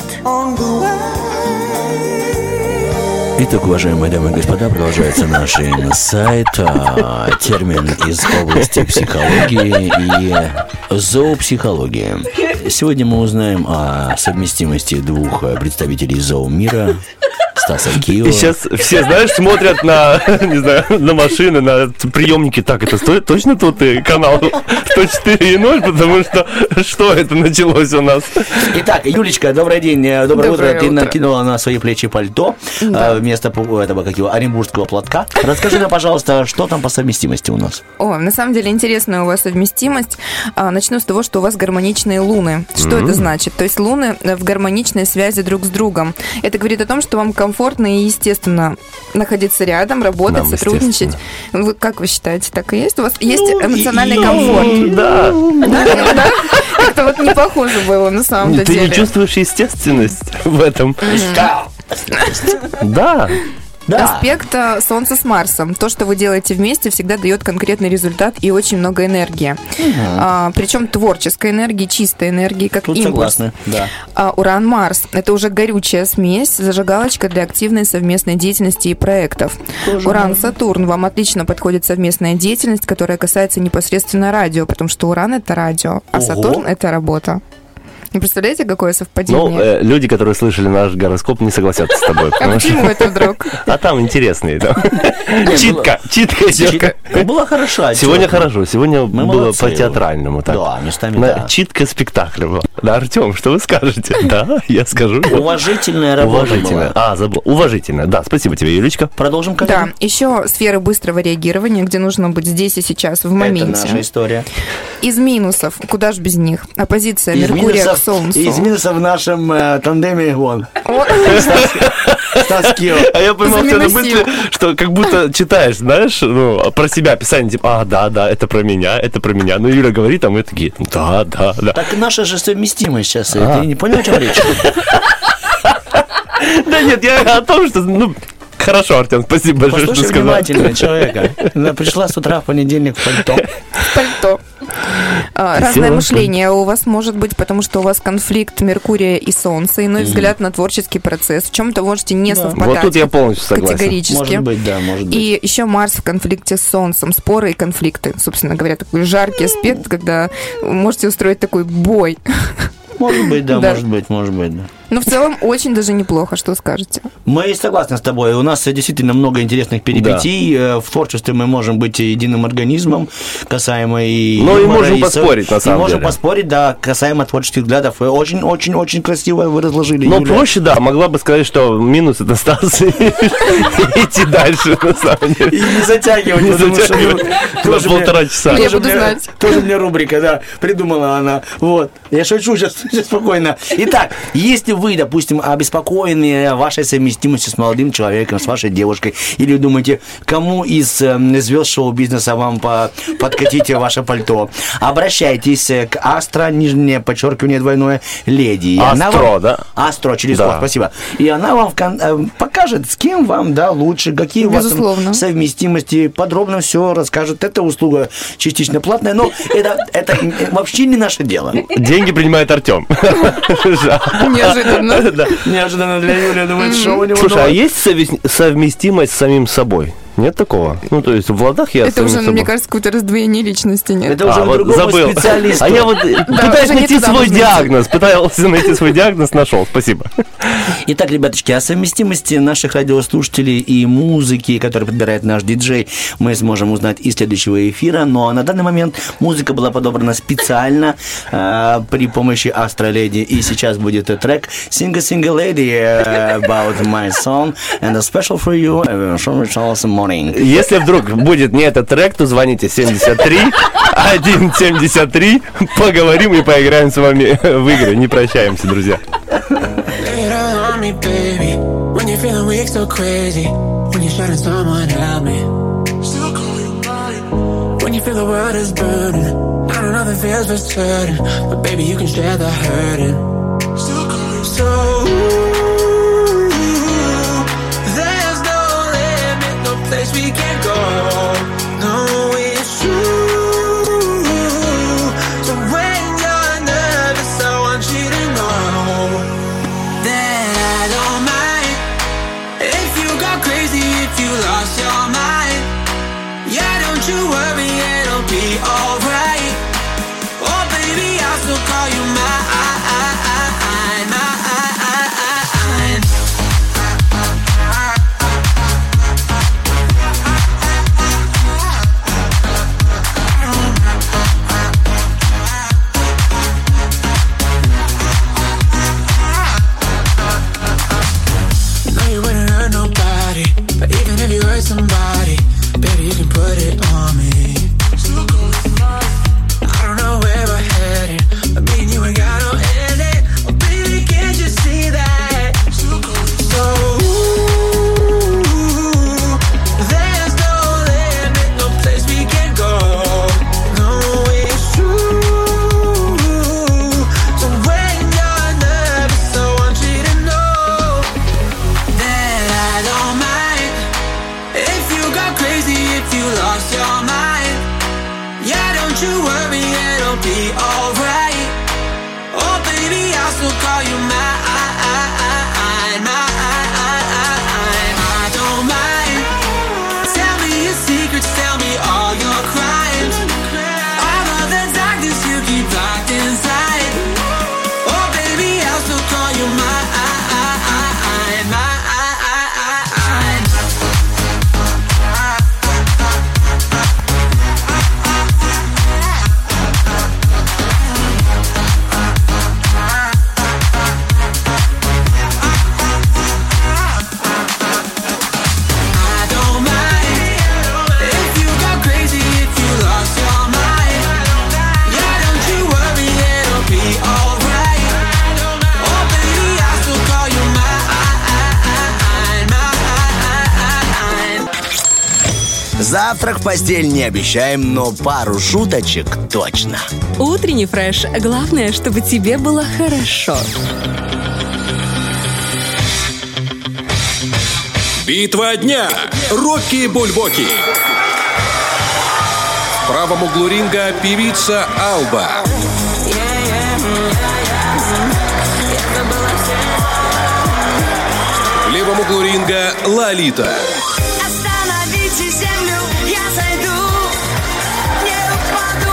Итак, уважаемые дамы и господа, продолжается наш сайт, термин из области психологии и зоопсихологии. Сегодня мы узнаем о совместимости двух представителей зоомира, Стаса Киева. И сейчас все, знаешь, смотрят на, не знаю, на машины, на приемники. Так, это стоит точно тот канал 104.0, потому что это началось у нас? Итак, Юлечка, добрый день, доброе утро. Ты накинула на свои плечи пальто вместо этого, как его, оренбургского платка. Расскажи нам, пожалуйста, что там по совместимости у нас? О, на самом деле интересная у вас совместимость. Начну с того, что у вас гармоничные луны. Что это значит? То есть луны в гармоничной связи друг с другом. Это говорит о том, что вам комфортно и естественно находиться рядом, работать, нам сотрудничать. Как вы считаете, так и есть? У вас есть эмоциональный комфорт? Да. Да? Как-то вот не похоже было на самом деле. Ты не чувствуешь естественность в этом? Да. Да. Аспект Солнца с Марсом. То, что вы делаете вместе, всегда дает конкретный результат и очень много энергии. Причем творческой энергии, чистой энергии, как тут импульс. Согласны, да. Уран-Марс – это уже горючая смесь, зажигалочка для активной совместной деятельности и проектов. Уран-Сатурн вам отлично подходит совместная деятельность, которая касается непосредственно радио, потому что Уран – это радио, а Сатурн – это работа. Не представляете, какое совпадение? Ну, люди, которые слышали наш гороскоп, не согласятся с тобой. А почему это вдруг? А там интересные. Читка идет. Было хорошо. Сегодня хорошо, сегодня было по-театральному. Да, местами да. Читка спектакля была. Да, Артем, что вы скажете? Да, я скажу. Уважительная работа была. Забыл. Уважительная, да. Спасибо тебе, Юлечка. Продолжим, Да, еще сферы быстрого реагирования, где нужно быть здесь и сейчас, в моменте. Это наша история. Из минусов, куда ж без них? Оппозиция Меркурия к Солнцу. Из минусов в нашем тандеме вон. А я поймал тебя на мысли, что как будто читаешь, знаешь, ну, про себя описание, типа, да, это про меня. Ну, Юля говорит, а мы такие, да. Так наша же совместимость сейчас. Ты не понял, о чем речь? Да нет, я о том, что, хорошо, Артем, спасибо большое, что послушай сказал. внимательно человека. Она пришла с утра в понедельник в пальто. Разное мышление у вас может быть, потому что у вас конфликт Меркурия и Солнца, иной взгляд на творческий процесс. В чем-то можете не совпадать. Вот тут я полностью согласен. Категорически. Может быть, да, может быть. И еще Марс в конфликте с Солнцем. Споры и конфликты. Собственно говоря, такой жаркий аспект, когда можете устроить такой бой. Может быть, да, может быть, да. Но в целом очень даже неплохо, что скажете. Мы согласны с тобой. У нас действительно много интересных перипетий. Да. В творчестве мы можем быть единым организмом, касаемо и... Ну, и можем поспорить, на самом деле. Можем поспорить, да, касаемо творческих взглядов. Очень-очень-очень красиво вы разложили. Но проще, да, могла бы сказать, что минус это Стас, и идти дальше, на самом деле. И не затягивать. Тоже полтора часа. Я буду знать. Тоже мне рубрика, да, придумала она. Вот. Я шучу сейчас спокойно. Итак, если вы, допустим, обеспокоены вашей совместимостью с молодым человеком, с вашей девушкой, или думаете, кому из звезд шоу-бизнеса вам подкатите ваше пальто, обращайтесь к Астро, нижнее подчеркивание двойное, леди. Астро, да? Астро, через год, спасибо. И она вам покажет, с кем вам, да, лучше, какие у вас там совместимости, подробно все расскажет. Это услуга частично платная, но это вообще не наше дело. Деньги принимает Артем. Неожиданно. Неожиданно для Юли, думает, что у него... Слушай, а есть совместимость с самим собой? Нет такого? Ну, то есть в ладах я... Это уже, мне кажется, какое-то раздвоение личности, нет? Это уже другому специалисту. А я вот пытаюсь найти свой диагноз. Пытался найти свой диагноз, нашел. Спасибо. Итак, ребяточки, о совместимости наших радиослушателей и музыки, которую подбирает наш диджей, мы сможем узнать из следующего эфира. Но на данный момент музыка была подобрана специально при помощи Астро Леди. И сейчас будет трек Sing a Lady about my song and a special for you, Charles Morning. Если вдруг будет не этот трек, то звоните 73 173, поговорим и поиграем с вами в игры. Не прощаемся, друзья. Place we can go. No, it's true. So when you're nervous, I want you to know that I don't mind if you go crazy, if you lost your mind. Yeah, don't you worry, it'll be alright. Oh, baby, I'll still call you mine. Somebody, baby, you can put it on me. I don't know where we're headed, but me and you ain't got no ending. Oh, baby, can't you see that? So, there's no limit, no place we can go. No, it's true. So when you're nervous, I want you to know that I don't mind if you go crazy, if you lost your mind. Yeah, don't you worry, it'll be alright. Oh, baby, I'll still call you mine. I don't mind. Tell me your secrets, tell me all your crimes. All of the darkness you keep locked inside. Oh, baby, I'll still call you mine. Завтрак в постель не обещаем, но пару шуточек точно. Утренний фреш. Главное, чтобы тебе было хорошо. Битва дня. Рокки Бульбоки. В правом углу ринга певица Алба. В левом углу ринга Лолита. Остановите землю, я зайду, не упаду,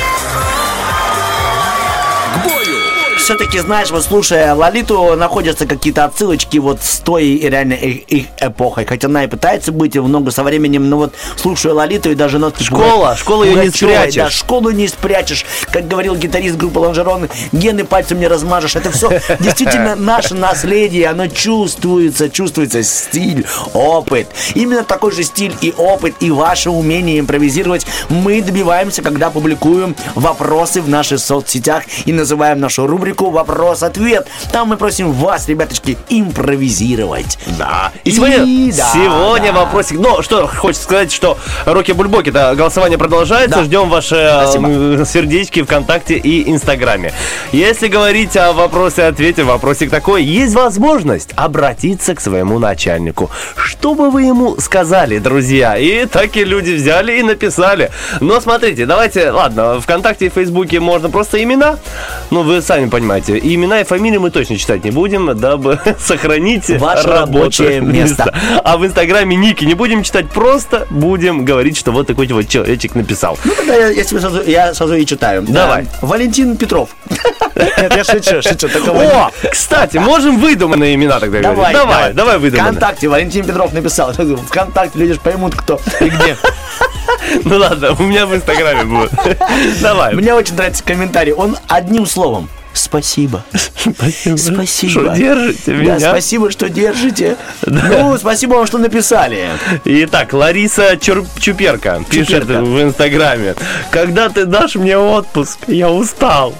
К бою. Все-таки, знаешь, вот слушая Лолиту, находятся какие-то отсылочки вот с той реально их эпохой. Хотя она и пытается быть в ногу со временем, но вот слушая Лолиту и даже нотки... Школу ее не спрячешь. Да, школу не спрячешь. Как говорил гитарист группы Лонжерон, гены пальцем не размажешь. Это все действительно наше наследие. Оно чувствуется стиль, опыт. Именно такой же стиль и опыт, и ваше умение импровизировать мы добиваемся, когда публикуем вопросы в наших соцсетях и называем нашу рубрику «Вопрос-ответ». Там мы просим вас, ребяточки, импровизировать. Да. И сегодня вопросик. Ну, что хочется сказать, что Рокки Бульбоки, да, голосование продолжается. Да. Ждем ваши сердечки ВКонтакте и Инстаграме. Если говорить о вопросе-ответе, вопросик такой. Есть возможность обратиться к своему начальнику. Что бы вы ему сказали, друзья? И такие люди взяли и написали. Но смотрите, давайте, ладно, ВКонтакте и Фейсбуке можно просто имена. Ну, вы сами понимаете. И имена и фамилии мы точно читать не будем, дабы сохранить ваше рабочее место. А в Инстаграме ники не будем читать, просто будем говорить, что вот такой вот человечек написал. Ну, тогда я сразу и читаю. Давай. Валентин Петров. Нет, я шучу. О, кстати, можем выдуманные имена тогда говорить. Давай выдуманные. ВКонтакте Валентин Петров написал. ВКонтакте люди поймут, кто и где. Ну ладно, у меня в Инстаграме будет. Давай. Мне очень нравится комментарий. Он одним словом. Спасибо. Спасибо. Что держите меня. Да, спасибо, что держите. Да. Ну, спасибо вам, что написали. Итак, Лариса Чуперка пишет в Инстаграме. Когда ты дашь мне отпуск? Я устал.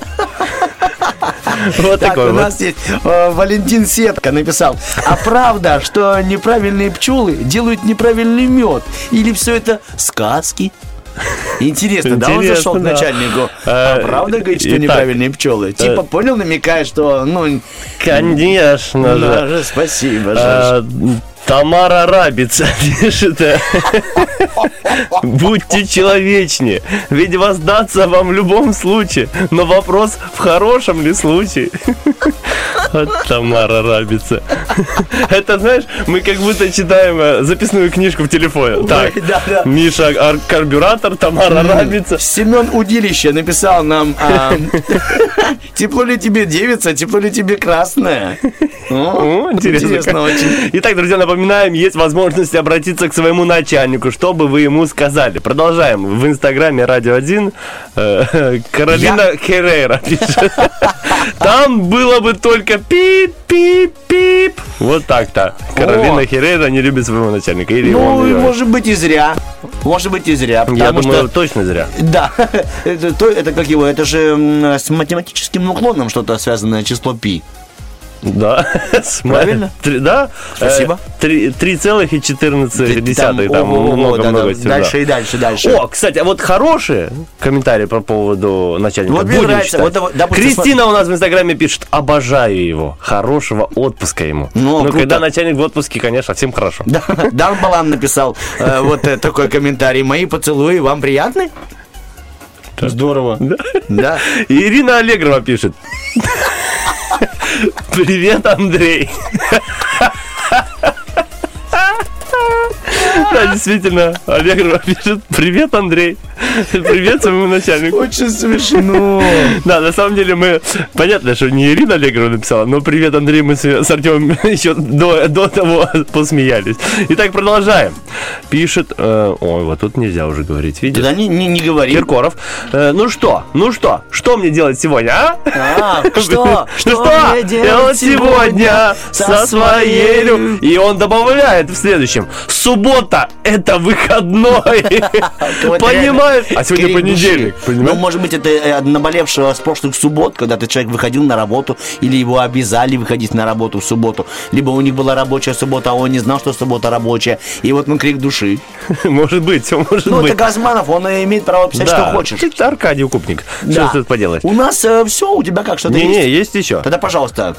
Вот так, такой у вот. нас есть Валентин Сетка написал. А правда, что неправильные пчелы делают неправильный мед? Или все это сказки? Интересно, да, он зашел к начальнику. А правда, говорит, что неправильные пчелы? Типа понял, намекает, что, ну... Конечно же. Спасибо, Тамара Рабица пишет. Будьте человечнее, ведь воздаться вам в любом случае. Но вопрос, в хорошем ли случае? Тамара Рабица. Это, знаешь, мы как будто читаем записную книжку в телефоне. Так, Миша Карбюратор, Тамара Рабица. Семен Удилище написал нам: тепло ли тебе девица, тепло ли тебе красная? Интересно очень. Итак, друзья, напоминаем, есть возможность обратиться к своему начальнику, что бы вы ему сказали. Продолжаем. В Инстаграме Радио 1 Каролина Херрера пишет. Там было бы только пип-пип-пип. Вот так-то. Каролина Херрера не любит своего начальника. Или может быть и зря. Может быть и зря. Я думаю, точно зря. Да. Это как его? Это же с математическим уклоном что-то связанное, число пи. Да. Правильно? Да. Спасибо. 3,14. Там много-много. Дальше и дальше. О, кстати, а вот хорошие комментарии по поводу начальника. Вот мне нравится. Кристина у нас в Инстаграме пишет: обожаю его. Хорошего отпуска ему. Ну, когда начальник в отпуске, конечно, всем хорошо. Дан Балан написал вот такой комментарий. Мои поцелуи вам приятны? Здорово. Да. Ирина Аллегрова пишет: привет, Андрей. Да, действительно, Аллегрова пишет: привет, Андрей. Привет своему начальнику. Очень смешно. Да, на самом деле мы... Понятно, что не Ирина Аллегрова написала, но привет, Андрей, мы с Артемом еще до того посмеялись. Итак, продолжаем. Пишет... Ой, вот тут нельзя уже говорить, видишь? Да не говори. Киркоров. Ну что? Что мне делать сегодня, а? Что мне делать сегодня со своей... И он добавляет в следующем: суббота — это выходной. Понимаю, понимаешь? А сегодня понедельник, понимаешь? Ну, может быть, это наболевшего с прошлых суббот, когда ты человек выходил на работу, или его обязали выходить на работу в субботу, либо у них была рабочая суббота, а он не знал, что суббота рабочая, и вот он крик души. Может быть, все может быть. Ну, это Газманов, он имеет право писать, что хочешь. Это Аркадий Укупник. Что тут поделать? У нас все, у тебя как, что-то есть? Не, есть еще. Тогда, пожалуйста.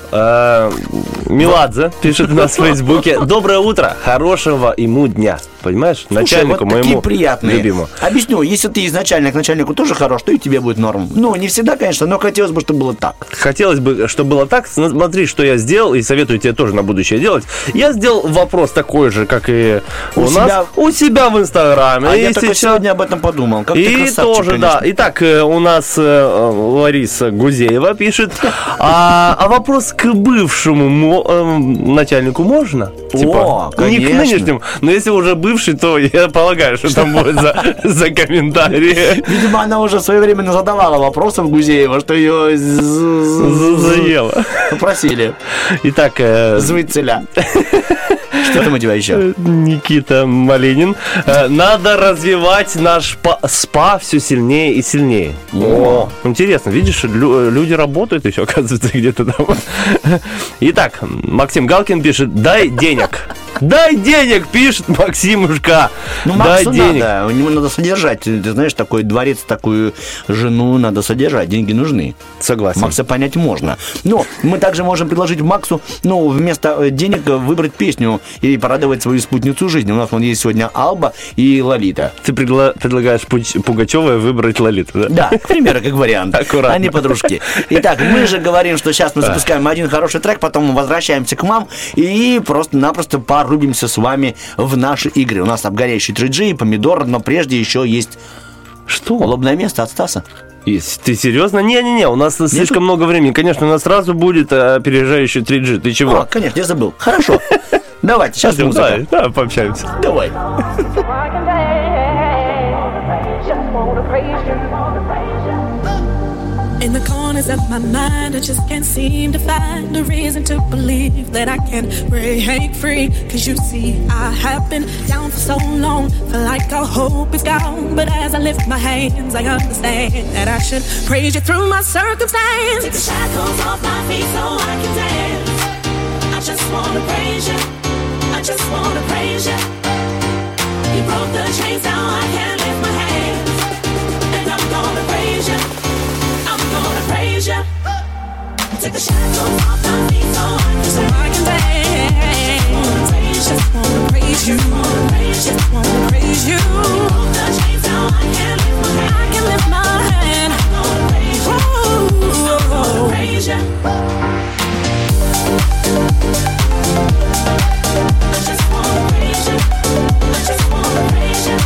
Меладзе пишет у нас в Фейсбуке. Доброе утро, хорошего ему дня. Понимаешь? Слушай, начальнику вот моему приятные. любимому. Объясню, если ты изначально к начальнику тоже хорош, то и тебе будет норм. Ну, не всегда, конечно, но хотелось бы, чтобы было так. Хотелось бы, чтобы было так. Смотри, что я сделал, и советую тебе тоже на будущее делать. Я сделал вопрос такой же, как и у нас. У себя в Инстаграме. А я только сегодня об этом подумал. Как ты красавчик, тоже, конечно. да. Итак, у нас Лариса Гузеева пишет. А вопрос к бывшему начальнику можно? О, конечно. Не к нынешнему. Но если уже бывший, то я полагаю, что там будет за комментарии. Видимо, она уже своевременно задавала вопросов Гузеева, что ее заело. Попросили. Итак, Звыцеля. Что там у тебя еще? Никита Малинин. Надо развивать наш СПА все сильнее и сильнее. О, интересно, видишь, люди работают еще, оказывается, где-то там. Итак, Максим Галкин пишет: дай денег. Дай денег, пишет Максимушка. Ну, Максу надо, у него надо содержать. Ты знаешь, такой дворец, такую жену надо содержать, деньги нужны. Согласен. Макса понять можно. Но мы также можем предложить Максу, ну, вместо денег выбрать песню и порадовать свою спутницу жизни. У нас вон есть сегодня Алба и Лолита. Ты предлагаешь Пугачевой выбрать Лолиту, да? Да, к примеру, как вариант. Аккуратно. Они подружки. Итак, мы же говорим, что сейчас мы запускаем один хороший трек, потом возвращаемся к вам и просто-напросто порубимся с вами в наши игры. У нас обгоряющий 3G, помидор, но прежде еще есть... Что? Лобное место от Стаса. Ты серьезно? Не-не-не, у нас слишком много времени. Конечно, у нас сразу будет опережающий 3G. Ты чего? Конечно, я забыл. Хорошо. Давайте, сейчас музыка. Да, пообщаемся. Давай. In the corners of my mind, I just can't seem to find a reason to believe that I can break free. Cause you see, I have been down for so long, feel like all hope is gone. But as I lift my hands, I understand that I should praise you through my circumstance. Take the shackles off my feet so I can dance. I just wanna praise you, I just wanna praise you. You broke the chains, now I can lift my hands. And I'm gonna praise you, I'm gonna praise you. Take the shackles off my feet so I can dance. Just wanna praise you, just wanna praise you. You broke the chains, now I can lift my hands. I can lift my hand. I'm gonna praise you, I'm gonna praise you. I just wanna praise you, I just wanna praise you.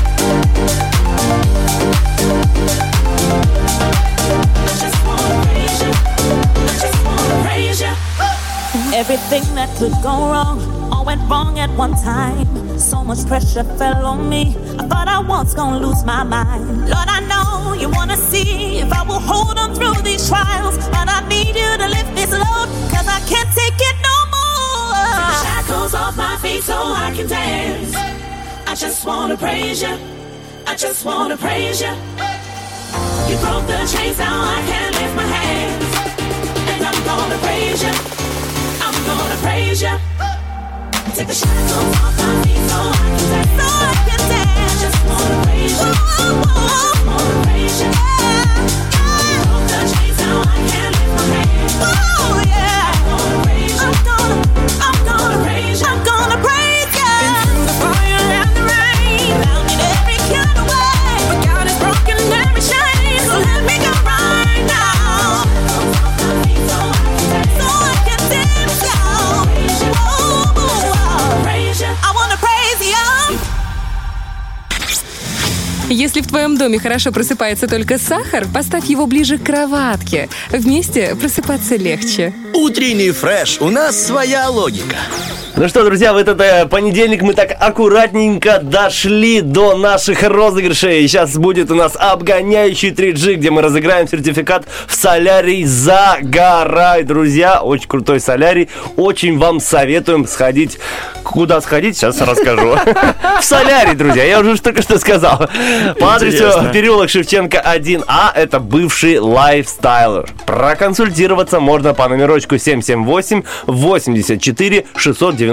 I just wanna praise you, I just wanna praise you. Everything that could go wrong all went wrong at one time. So much pressure fell on me, I thought I was gonna lose my mind. Lord, I know you wanna see if I will hold on through these trials, but I need you to lift this load, cause I can't take it no more. Take the shackles off my feet so I can dance. I just wanna praise you, I just wanna praise you. You broke the chains, now I can lift my hands. And I'm gonna praise you, I'm gonna praise you. Take the shackles off my feet so I can dance. So I can dance. I just wanna praise you, I just wanna praise you. You broke the chains, now I can lift my hands. Oh yeah, I'm gonna praise you, I'm gonna praise you. I'm gonna praise you. Been through the fire and the rain, Found in every kind of way, but God has broken every chain. so let me go right now. So I can dance now. I wanna praise you. Если в твоем доме хорошо просыпается только сахар, поставь его ближе к кроватке. Вместе просыпаться легче. Утренний фреш. У нас своя логика. Ну что, друзья, в этот понедельник мы так аккуратненько дошли до наших розыгрышей. Сейчас будет у нас обгоняющий 3G, где мы разыграем сертификат в солярий «Загорай». Друзья, очень крутой солярий. Очень вам советуем сходить. Куда сходить, сейчас расскажу. В солярий, друзья, я уже только что сказал. По адресу переулок Шевченко 1А, это бывший лайфстайлер. Проконсультироваться можно по номерочку 778-84-696.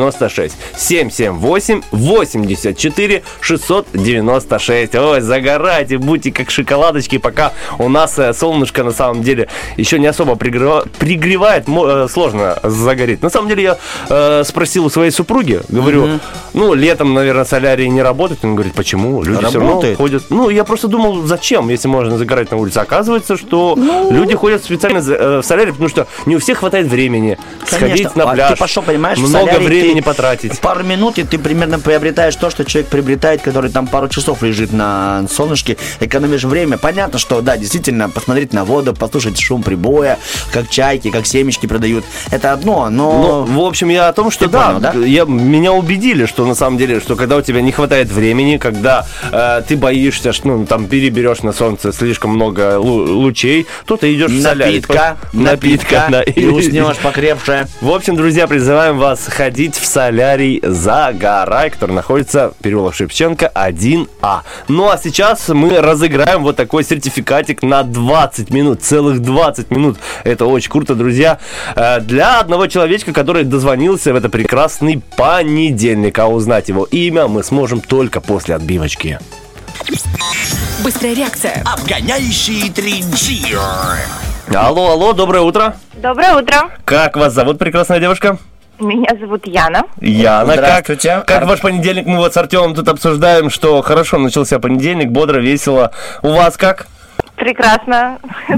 778-84-696. Ой, загорайте, будьте как шоколадочки, пока у нас солнышко на самом деле еще не особо пригревает, сложно загореть. На самом деле я спросил у своей супруги, говорю, ну, летом, наверное, солярий не работает. Он говорит, почему? Люди все равно ходят. Ну, я просто думал, зачем, если можно загорать на улице. Оказывается, что люди ходят специально в солярий, потому что не у всех хватает времени сходить на пляж. Ты пошел, понимаешь, много времени потратить. Пару минут, и ты примерно приобретаешь то, что человек приобретает, который там пару часов лежит на солнышке, экономишь время. Понятно, что, да, действительно, посмотреть на воду, послушать шум прибоя, как чайки, как семечки продают, это одно, но... Ну, в общем, я о том, что ты понял, да? Меня убедили, что на самом деле, что когда у тебя не хватает времени, когда ты боишься, что ну, там переберешь на солнце слишком много лучей, то ты идешь в солярий. Напитка, да, и уснешь покрепше. В общем, друзья, призываем вас ходить в солярий «Загорай», который находится в переулок Шевченко 1А. Ну а сейчас мы разыграем вот такой сертификатик на 20 минут, целых 20 минут. Это очень круто, друзья. Для одного человечка, который дозвонился в это прекрасный понедельник. А узнать его имя мы сможем только после отбивочки. Быстрая реакция. Обгоняющий 3G. Алло, доброе утро. Доброе утро. Как вас зовут, прекрасная девушка? Меня зовут Яна. Яна, здравствуйте. Как ваш понедельник? Мы вот с Артемом тут обсуждаем, что хорошо начался понедельник, бодро, весело. У вас как? Прекрасно.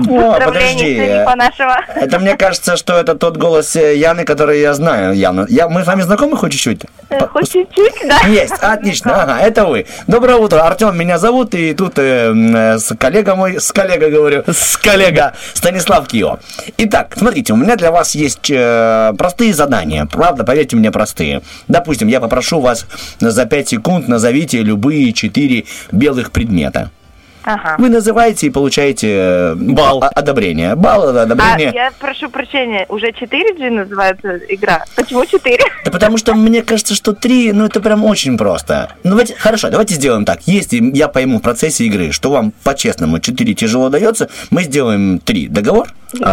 Подожди. По-нашему. Это мне кажется, что это тот голос Яны, который я знаю. Яна, мы с вами знакомы хоть чуть-чуть? Хоть чуть-чуть, да. Есть, отлично. Ага, это вы. Доброе утро. Артем меня зовут, и тут коллега говорю. С коллега Станислав Кио. Итак, смотрите, у меня для вас есть простые задания. Правда, поверьте мне, простые. Допустим, я попрошу вас за 5 секунд назовите любые 4 белых предмета. Ага. Вы называете и получаете одобрение. Балл одобрение. Я прошу прощения, уже 4G называется игра. Почему 4? Да потому что мне кажется, что 3, ну это прям очень просто. Ну хорошо, давайте сделаем так. Если я пойму в процессе игры, что вам по-честному 4 тяжело дается, мы сделаем 3. Договор?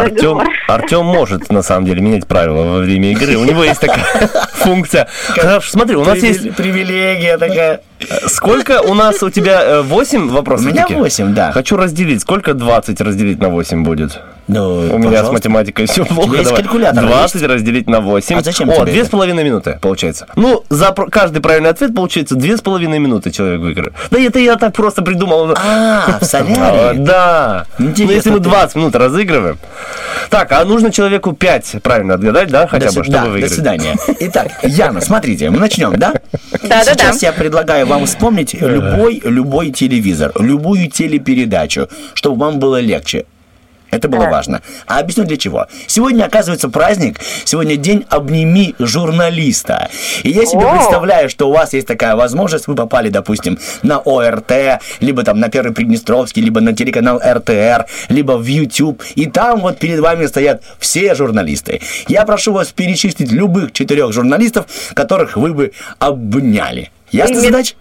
Артем может, на самом деле, менять правила во время игры. У него есть такая функция. Хорошо, смотри, у нас есть... Привилегия такая. Сколько у нас, у тебя 8 вопросов? У меня 8, да. Хочу разделить. Сколько 20 разделить на 8 будет? Ну, у меня с математикой все плохо. Есть калькулятор. 20 разделить на 8. А зачем тебе 2,5 минуты получается. Ну, за каждый правильный ответ получается 2,5 минуты человек выиграет. Да это я так просто придумал. В солярии? Да. Интересно. Ну, если мы 20 минут разыгрываем. Так, а нужно человеку 5 правильно отгадать, да, хотя бы, чтобы выиграть? До свидания. Итак, Яна, смотрите, мы начнем, да? Да. Сейчас я предлагаю вам вспомнить любой телевизор, любую телепередачу, чтобы вам было легче. Это было важно. А объясню для чего. Сегодня, оказывается, праздник. Сегодня день «Обними журналиста». И я себе представляю, что у вас есть такая возможность. Вы попали, допустим, на ОРТ, либо там на Первый Приднестровский, либо на телеканал РТР, либо в YouTube. И там вот перед вами стоят все журналисты. Я прошу вас перечислить любых 4 журналистов, которых вы бы обняли. Ясно задача?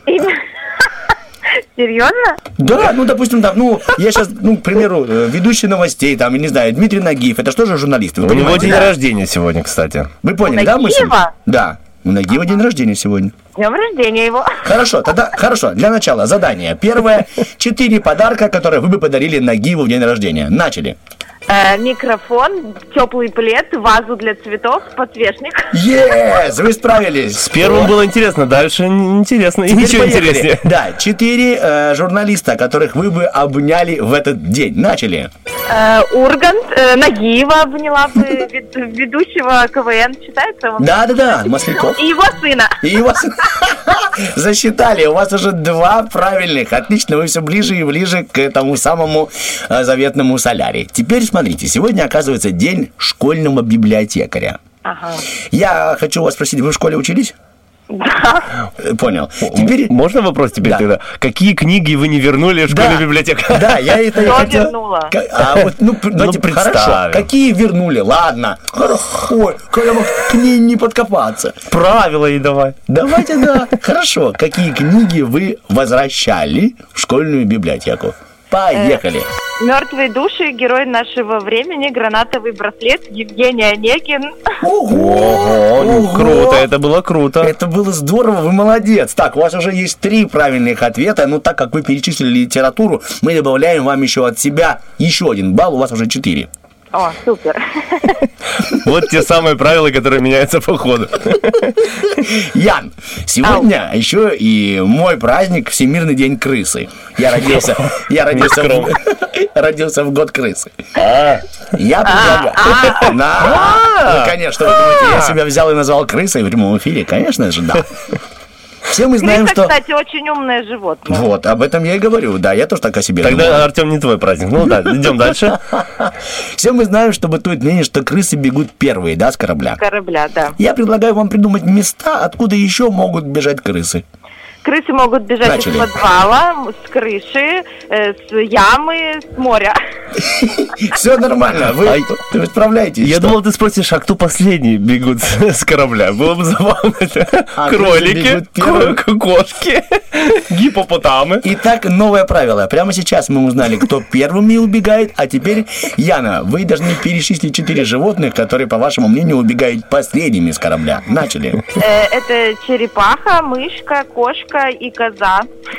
Серьезно? Да, ну, допустим, да, ну, я сейчас, к примеру, ведущий новостей, там, я не знаю, Дмитрий Нагиев, это что же журналисты? У него день рождения сегодня, кстати. Вы поняли, да, мысль? Да, у Нагиева день рождения сегодня. Днем рождения его. Хорошо, тогда, для начала задание. Первое, 4 подарка, которые вы бы подарили Нагиеву в день рождения. Начали. Микрофон, теплый плед, вазу для цветов, подсвечник. Вы справились. С первым было интересно, дальше интересно. И ничего интереснее. Да, 4 журналиста, которых вы бы обняли в этот день. Начали. Ургант, Нагиева обняла бы, ведущего КВН, считается он? Да, Масляков. И его сына. Засчитали, у вас уже 2 правильных. Отлично, вы все ближе и ближе к тому самому заветному солярию. Теперь смотрите, сегодня, оказывается, день школьного библиотекаря. Ага. Я хочу вас спросить, вы в школе учились? Да. Понял. Теперь... Можно вопрос теперь тогда? Какие книги вы не вернули в школьную библиотеку? Да, я это и хотел. Вернула? А вот, давайте представим. Хорошо. Какие вернули? Ладно. Ой, как я мог к ней не подкопаться? Правила и давай. Давайте, да. Хорошо. Какие книги вы возвращали в школьную библиотеку? Поехали. «Мертвые души», «Герой нашего времени», «Гранатовый браслет», Евгений Онегин. Ого, круто, это было круто. Это было здорово, вы молодец. Так, у вас уже есть 3 правильных ответа, но так как вы перечислили литературу, мы добавляем вам еще от себя еще 1 балл, у вас уже 4. О, супер. Вот те самые правила, которые меняются по ходу. Ян, сегодня еще и мой праздник — Всемирный день крысы. Я родился в год крысы. Я предлагаю... Ну, конечно, вы думаете, я себя взял и назвал крысой в прямом эфире? Конечно же, да. Все мы знаем, Крыса, что... кстати, очень умное животное. Вот, об этом я и говорю. Да, я тоже так о себе Тогда, думаю. Артем, не твой праздник. Ну да, идем дальше. Все мы знаем, что бытует мнение, что крысы бегут первые, да, с корабля? С корабля, да. Я предлагаю вам придумать места, откуда еще могут бежать крысы. Крысы могут бежать из подвала, с крыши, с ямы, с моря. Все нормально, вы справляетесь. Я думал, ты спросишь, а кто последний бегут с корабля? Было бы забавно. Кролики, кошки, гиппопотамы. Итак, новое правило. Прямо сейчас мы узнали, кто первыми убегает, а теперь, Яна, вы должны перечислить 4 животных, которые, по вашему мнению, убегают последними с корабля. Начали. Это черепаха, мышка, кошка и коза.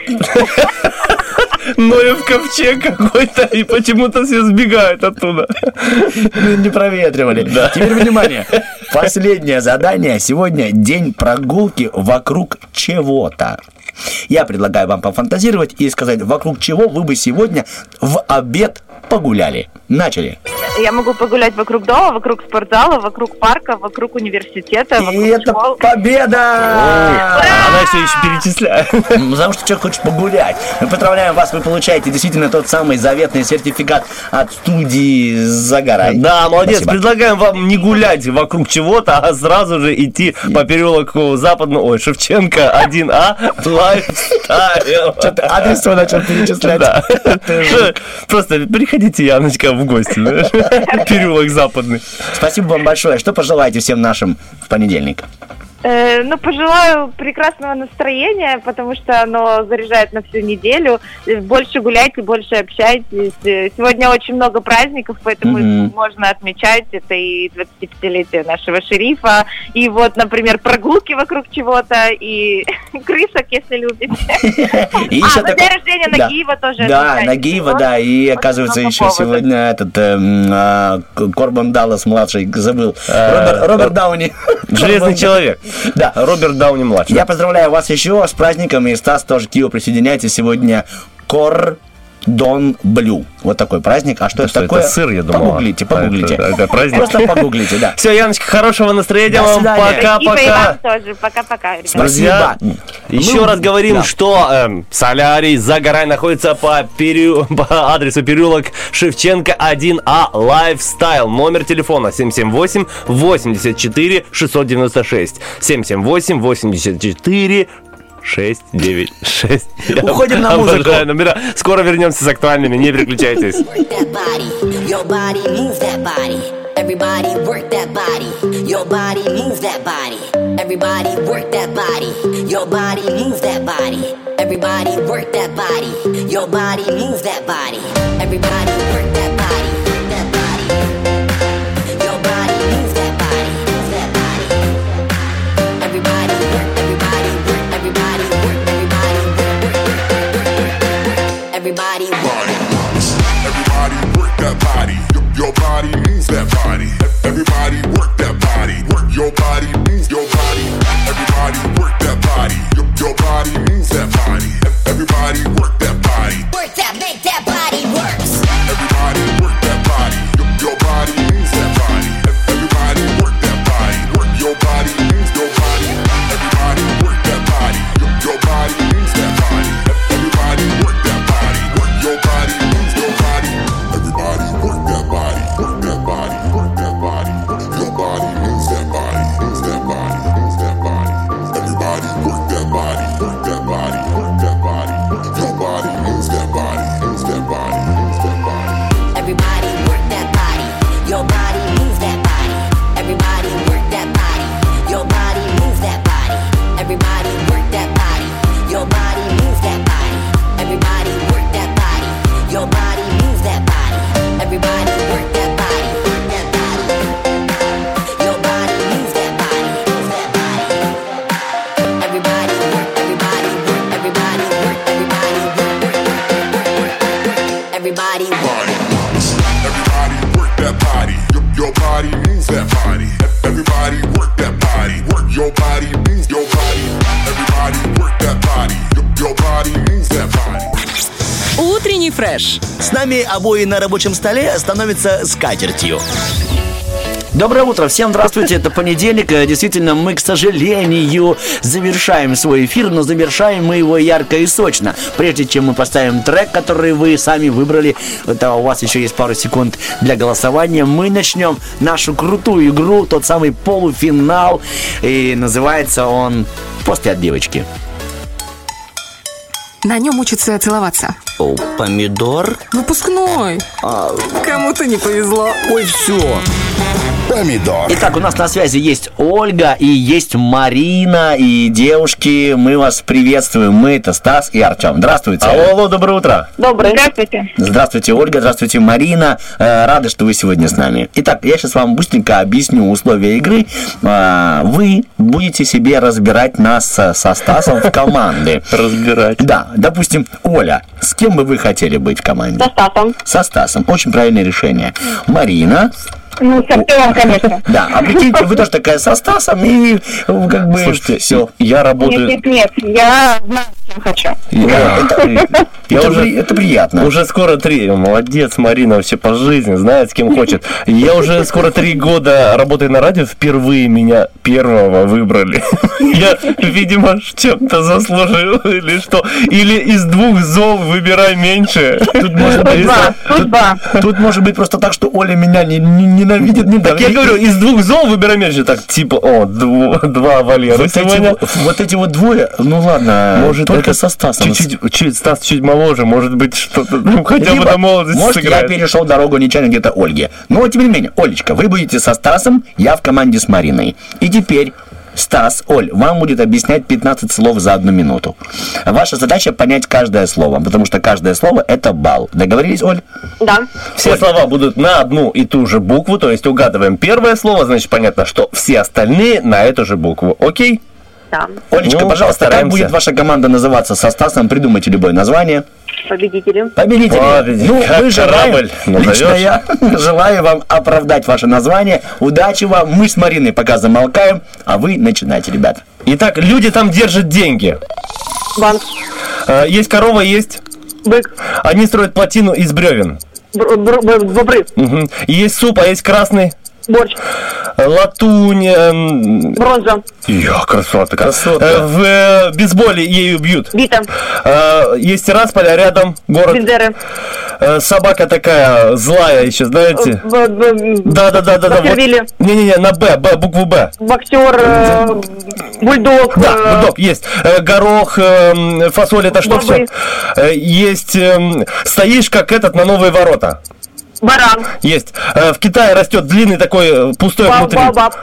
Ноев ковчег какой-то, и почему-то все сбегают оттуда. Не проветривали. Да. Теперь внимание. Последнее задание. Сегодня день прогулки вокруг чего-то. Я предлагаю вам пофантазировать и сказать, вокруг чего вы бы сегодня в обед погуляли. Начали. Я могу погулять вокруг дома, вокруг спортзала, вокруг парка, вокруг университета, вокруг и это школ. Победа! Она все еще перечисляет. Потому что человек хочет погулять. Мы поздравляем вас, вы получаете действительно тот самый заветный сертификат от студии «Загорай». Да, молодец. Спасибо. Предлагаем вам не гулять вокруг чего-то, а сразу же идти по переулку Западного, Шевченко 1А, Лайфстайл. Что-то адрес свой начал перечислять. Да. Просто приходите, Яночка, в гости. Переулок Западный. Спасибо вам большое. Что пожелаете всем нашим в понедельник? Пожелаю прекрасного настроения, потому что оно заряжает на всю неделю. Больше гуляйте, больше общайтесь. Сегодня очень много праздников, поэтому можно отмечать. Это и 25-летие нашего шерифа, и вот, например, прогулки вокруг чего-то, и крысок, если любите. День рождения Нагиева тоже. Да, Нагиева, да, и оказывается еще сегодня этот Корбан Даллас младший забыл. Роберт Дауни. Железный человек. Да, Роберт Дауни-младший. Я поздравляю вас еще с праздником, и Стас тоже к Киеву присоединяйтесь. Сегодня Кордон Блю. Вот такой праздник. А что это такое? Это сыр, я думал. Погуглите. Это праздник. Просто погуглите, да. Все, Яночка, хорошего настроения вам. Пока-пока. И вам тоже. Пока-пока. Друзья, еще раз говорим, что солярий «Загорай» находится по адресу переулок Шевченко 1А, Lifestyle. Номер телефона 778-84-696. 778-84-696. Уходим на музыку. Обожаю номера. Скоро вернемся с актуальными. Не переключайтесь. Everybody work that body, your body move that body. Everybody work that body, your body move that body. Everybody work that body, your body move that body. Everybody work that body, that body. Your body move that body, move that body. Everybody work, everybody work, everybody work, everybody work, everybody work. Everybody work that body. Your body moves that body. Everybody work that body. Work your body, move your body. Everybody work that body. Your body moves that body. Everybody work that body. Work that, make that body works. Everybody work that body. Your body moves that body. Everybody work that body. Work your body, moves your body. Everybody work that body. Your body moves that body. Everybody work that body. Work your body, moves your body. Everybody work that body. Work that body. Work that body. Your body moves that body. Everybody Everybody work that body. Your body, move that body. Everybody work that body. Work your body, move your body. Everybody work that body. Your body, move that body. Утренний фреш. С нами обои на рабочем столе становятся скатертью. Доброе утро, всем здравствуйте, это понедельник. Действительно, мы, к сожалению, завершаем свой эфир, но завершаем мы его ярко и сочно. Прежде чем мы поставим трек, который вы сами выбрали, это у вас еще есть пару секунд для голосования, мы начнем нашу крутую игру, тот самый полуфинал, и называется он «После от девочки». На нем учатся целоваться. О, помидор? Выпускной. Кому-то не повезло. Ой, все. Помидор. Итак, у нас на связи есть Ольга и есть Марина. И, девушки, мы вас приветствуем. Мы — это Стас и Артем. Здравствуйте. Алло, доброе утро. Доброе. Здравствуйте. Здравствуйте, Ольга. Здравствуйте, Марина. Рада, что вы сегодня с нами. Итак, я сейчас вам быстренько объясню условия игры. Вы будете себе разбирать нас со Стасом в команды. Разбирать. Да, допустим, Оля, с кем бы вы хотели быть в команде? Со Стасом. Со Стасом. Очень правильное решение. Марина. Ну, с Артемом, конечно. Да, а прикиньте, вы тоже такая со Стасом, и как бы Слушайте, все. Я работаю... Нет, я знаю, чем хочу. Это приятно. Уже скоро 3. Молодец, Марина, вообще по жизни, знает, с кем хочет. Я уже скоро 3 года работаю на радио, впервые меня первого выбрали. Я, видимо, чем-то заслужил или что. Или из 2 зол выбирай меньше. Тут может быть просто так, что Оля меня ненавидит, не так. Я говорю, из 2 зол выбирай меньше. Так, типа, 2 Валеры сегодня. Вот эти вот двое, ну ладно, может только со Стасом. Стас чуть моложе, может быть, что-то, хотя бы на молодости может, сыграет. я перешел дорогу нечаянно где-то Ольге. Но, тем не менее, Олечка, вы будете со Стасом, я в команде с Мариной. И теперь... Стас, Оль, вам будет объяснять 15 слов за 1 минуту. Ваша задача понять каждое слово, потому что каждое слово — это балл. Договорились, Оль? Да. Все слова будут на одну и ту же букву, то есть угадываем первое слово, значит, понятно, что все остальные на эту же букву. Окей? Да. Олечка, пожалуйста, постараемся. как будет ваша команда называться со Стасом? Придумайте любое название. Победители. Победители. Ну, мы желаем, лично назовешь? я желаю вам оправдать ваше название. Удачи вам. Мы с Мариной пока замолкаем, а вы начинайте, ребят. Итак, люди там держат деньги. Банк. Есть корова, есть... Бык. Они строят плотину из бревен. Бобры. Угу. Есть суп, а есть красный... Борщ. Латунь. Бронза. Красота. В бейсболе ею бьют. Бита. Есть Тирасполь, а рядом город. Бендеры. Собака такая злая еще, знаете? Да. Баскервилли. Вот. Не-не-не, на Б, букву Б. Боксер. Бульдог. Да, бульдог есть. Горох, фасоль, это что все? Есть. Стоишь как этот на новые ворота. Баран. Есть. В Китае растет длинный такой пустой внутри.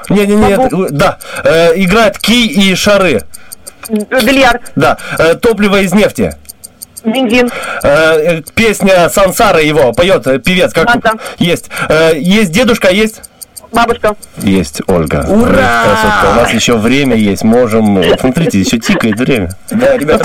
Не, да. Играют кий и шары. Бильярд. Да. Топливо из нефти. Бензин. Песня Сансара его поет певец. Как... Есть. Есть дедушка, есть. Бабушка. Есть, Ольга. Ура! Красотка. У нас еще время есть. Можем... Смотрите, еще тикает время. Да, ребята,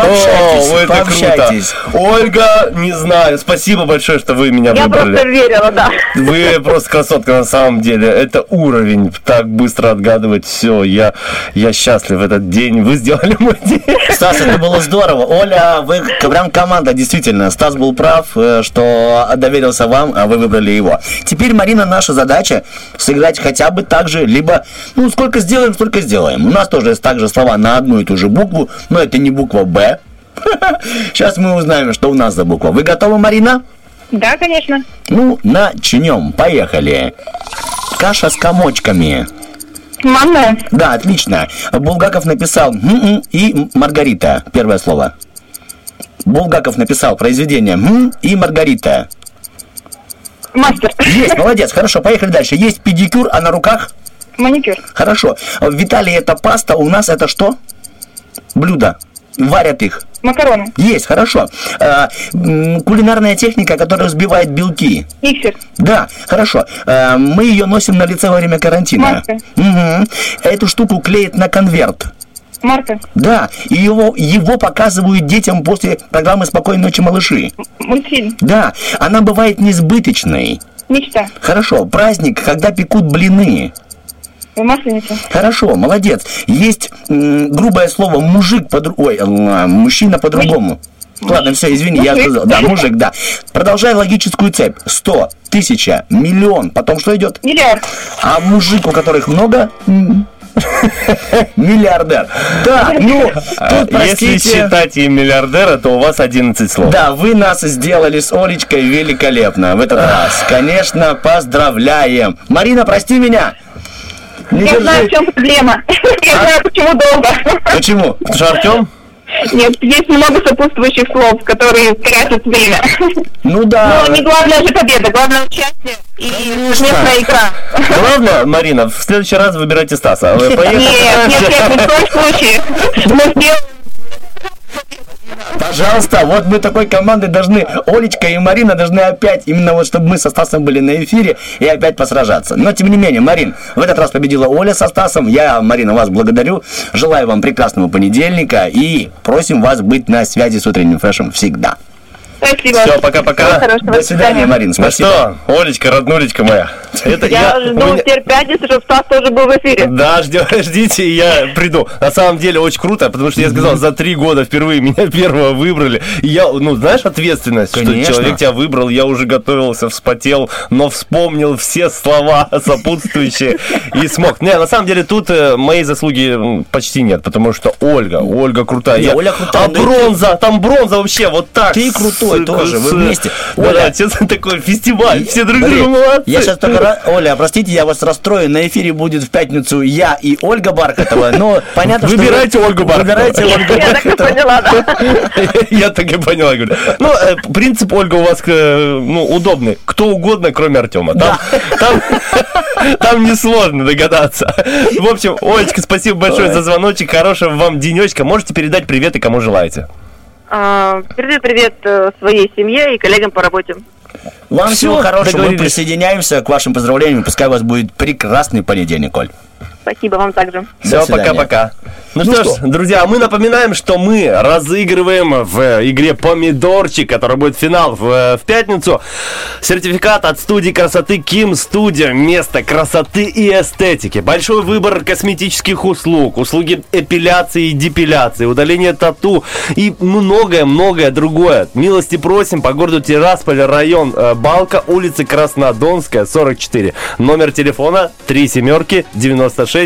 пообщайтесь. Ольга, не знаю. Спасибо большое, что вы меня выбрали. Я просто верила, да. Вы просто красотка на самом деле. Это уровень. Так быстро отгадывать все. Я счастлив в этот день. Вы сделали мой день. Стас, это было здорово. Оля, вы прям команда, действительно. Стас был прав, что доверился вам, а вы выбрали его. Теперь, Марина, наша задача сыграть хотя бы так же, либо, сколько сделаем, столько сделаем. У нас тоже есть также слова на одну и ту же букву, но это не буква «Б». Сейчас мы узнаем, что у нас за буква. Вы готовы, Марина? Да, конечно. Начнем. Поехали. Каша с комочками. Манная. Да, отлично. Булгаков написал и Маргарита. Первое слово. Булгаков написал произведение и Маргарита. Мастер. Есть, молодец, хорошо, поехали дальше. Есть педикюр, а на руках? Маникюр. Хорошо. В Италии это паста, у нас это что? Блюдо. Варят их. Макароны. Есть, хорошо. Кулинарная техника, которая взбивает белки. Миксер. Да, хорошо. Мы ее носим на лице во время карантина. Маска. Угу. Эту штуку клеят на конверт. Марта. Да, и его показывают детям после программы «Спокойной ночи, малыши». Мультфильм. Да, она бывает несбыточной. Мечта. Хорошо, праздник, когда пекут блины. Масленица. Хорошо, молодец. Есть грубое слово мужчина по-другому. Ладно, все, извини, я сказал. Да, мужик, да. Продолжай логическую цепь. 100, 1000, миллион. Потом что идет? Миллиард. А мужик, у которых много? Миллиардер. Да, ну, тут, простите... Если считать и миллиардера, то у вас 11 слов. Да, вы нас сделали с Олечкой великолепно в этот раз. Конечно, поздравляем. Марина, прости меня. Я знаю, в чем проблема. Я знаю, почему долго. Почему? Потому что Артем? Нет, есть много сопутствующих слов, которые тратят время. Ну да. Но не главное же победа, главное участие и совместная игра. Главное, Марина, в следующий раз выбирайте Стаса. Нет, ни в коем случае. Мы сделаем. Пожалуйста, вот мы такой командой должны, Олечка и Марина должны опять, именно вот чтобы мы со Стасом были на эфире и опять посражаться. Но тем не менее, Марин, в этот раз победила Оля со Стасом. Я, Марина, вас благодарю. Желаю вам прекрасного понедельника и просим вас быть на связи с утренним фрешем всегда. Спасибо. Все, пока-пока. До свидания, Марин, спасибо. Ну что, Олечка, роднулечка моя. Это я жду теперь пятницу, чтобы Стас тоже был в эфире. Да, ждите, я приду. На самом деле очень круто, потому что я сказал, за 3 года впервые меня первого выбрали. И я, знаешь, ответственность, Конечно. что человек тебя выбрал, я уже готовился, вспотел, но вспомнил все слова сопутствующие и смог. Не, на самом деле тут моей заслуги почти нет, потому что Ольга крутая. Оля крутая. Там бронза вообще вот так. Ты крутой тоже, вы вместе. Оля, честно, такой фестиваль, все друг друга молодцы. Я сейчас только, Оля, простите, я вас расстрою, на эфире будет в пятницу я и Ольга Бархатова, но понятно, что... Выбирайте Ольгу Бархатову. Я так и поняла, да. Я так и поняла, говорю. Ну, принцип, Ольга, у вас, удобный. Кто угодно, кроме Артема. Там несложно догадаться. В общем, Олечка, спасибо большое за звоночек. Хорошего вам денечка. Можете передать приветы, кому желаете. Передаю привет своей семье и коллегам по работе. Вам всего хорошего. Мы присоединяемся к вашим поздравлениям. Пускай у вас будет прекрасный понедельник, Оль. Спасибо вам также. Все, пока-пока. Ну что ж, друзья, мы напоминаем, что мы разыгрываем в игре «Помидорчик», который будет финал в пятницу, сертификат от студии красоты Kim Studio, место красоты и эстетики. Большой выбор косметических услуг, услуги эпиляции и депиляции, удаление тату и многое-многое другое. Милости просим по городу Тирасполь, район Балка, улица Краснодонская, 44. Номер телефона 37-96-298.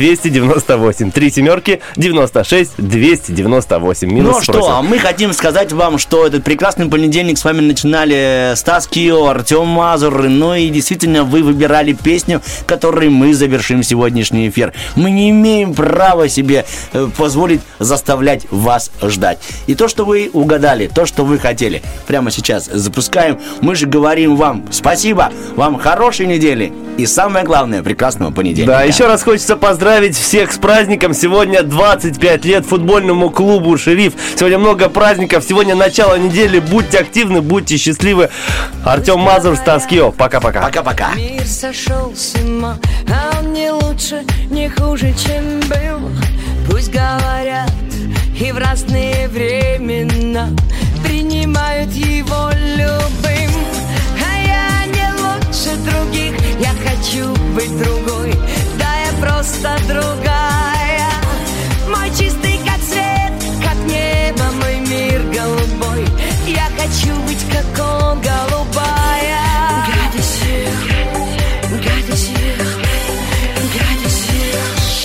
37-96-298. Ну что, мы хотим сказать вам, что этот прекрасный понедельник с вами начинали Стас Кио, Артем Мазур. Ну и действительно, вы выбирали песню, которой мы завершим сегодняшний эфир. Мы не имеем права себе позволить заставлять вас ждать. И то, что вы угадали, то, что вы хотели, прямо сейчас запускаем. Мы же говорим вам спасибо, вам хорошей недели и самое главное, прекрасного понедельника. Да, еще раз хочется поздравить всех с праздником. Сегодня 25 лет футбольному клубу «Шериф». Сегодня много праздников. Сегодня начало недели. Будьте активны, будьте счастливы. Артем Мазур, Стас Кио. Пока-пока. Пока-пока. Мир сошел с ума, а он не лучше, не хуже, чем был. Пусть говорят и в разные времена принимают его любым. А я не лучше других, я хочу быть другой. Да, я просто другая. Мой чистый как свет, как небо, мой мир голубой. Я хочу быть как он, голубая. Гади всех, гади всех, гади всех.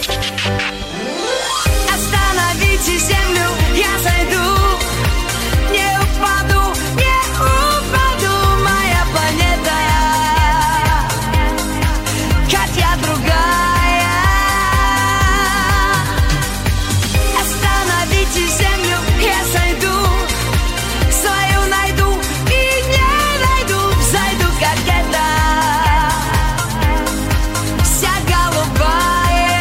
Остановите землю, я зайду. Не упаду, не упаду, моя планета. Как я другая. Остановите землю, я сойду. Свою найду и не найду. Зайду как это. Вся голубая.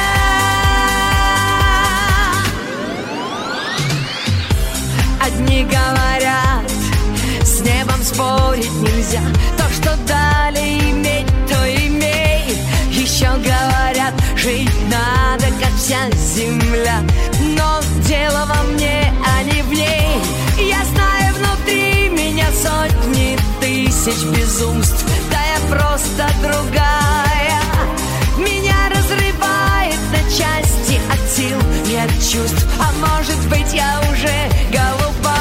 Одни говорят, с небом спорить нельзя. То, что дали иметь, то имей. Еще говорят, жить надо как вся земля. Но дело во мне, а не в ней. Я знаю, внутри меня сотни тысяч безумств. Да я просто другая. Меня разрывает на части от сил и от чувств. А может быть, я уже голубая.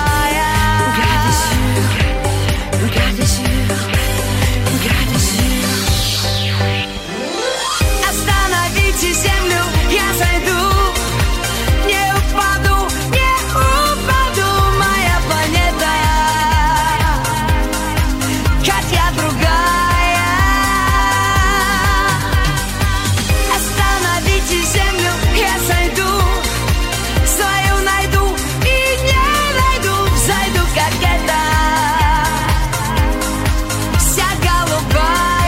Остановите землю, я зайду. Не упаду, моя планета. Как я другая. Остановите землю, я зайду. Свою найду и не найду. Зайду, как это. Вся голубая.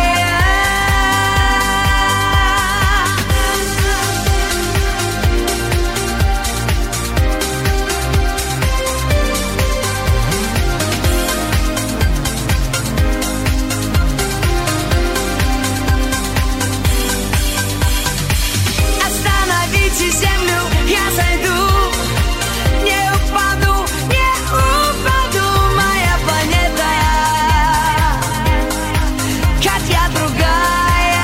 Остановите землю, я зайду. Не упаду, моя планета. Как я другая.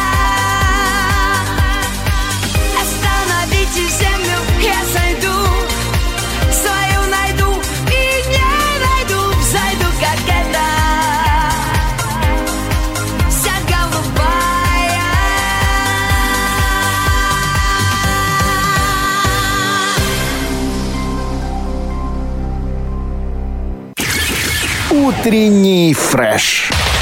Остановите землю, я зайду. Свою найду и не найду. Зайду, как это. Вся голубая. Утренний фреш.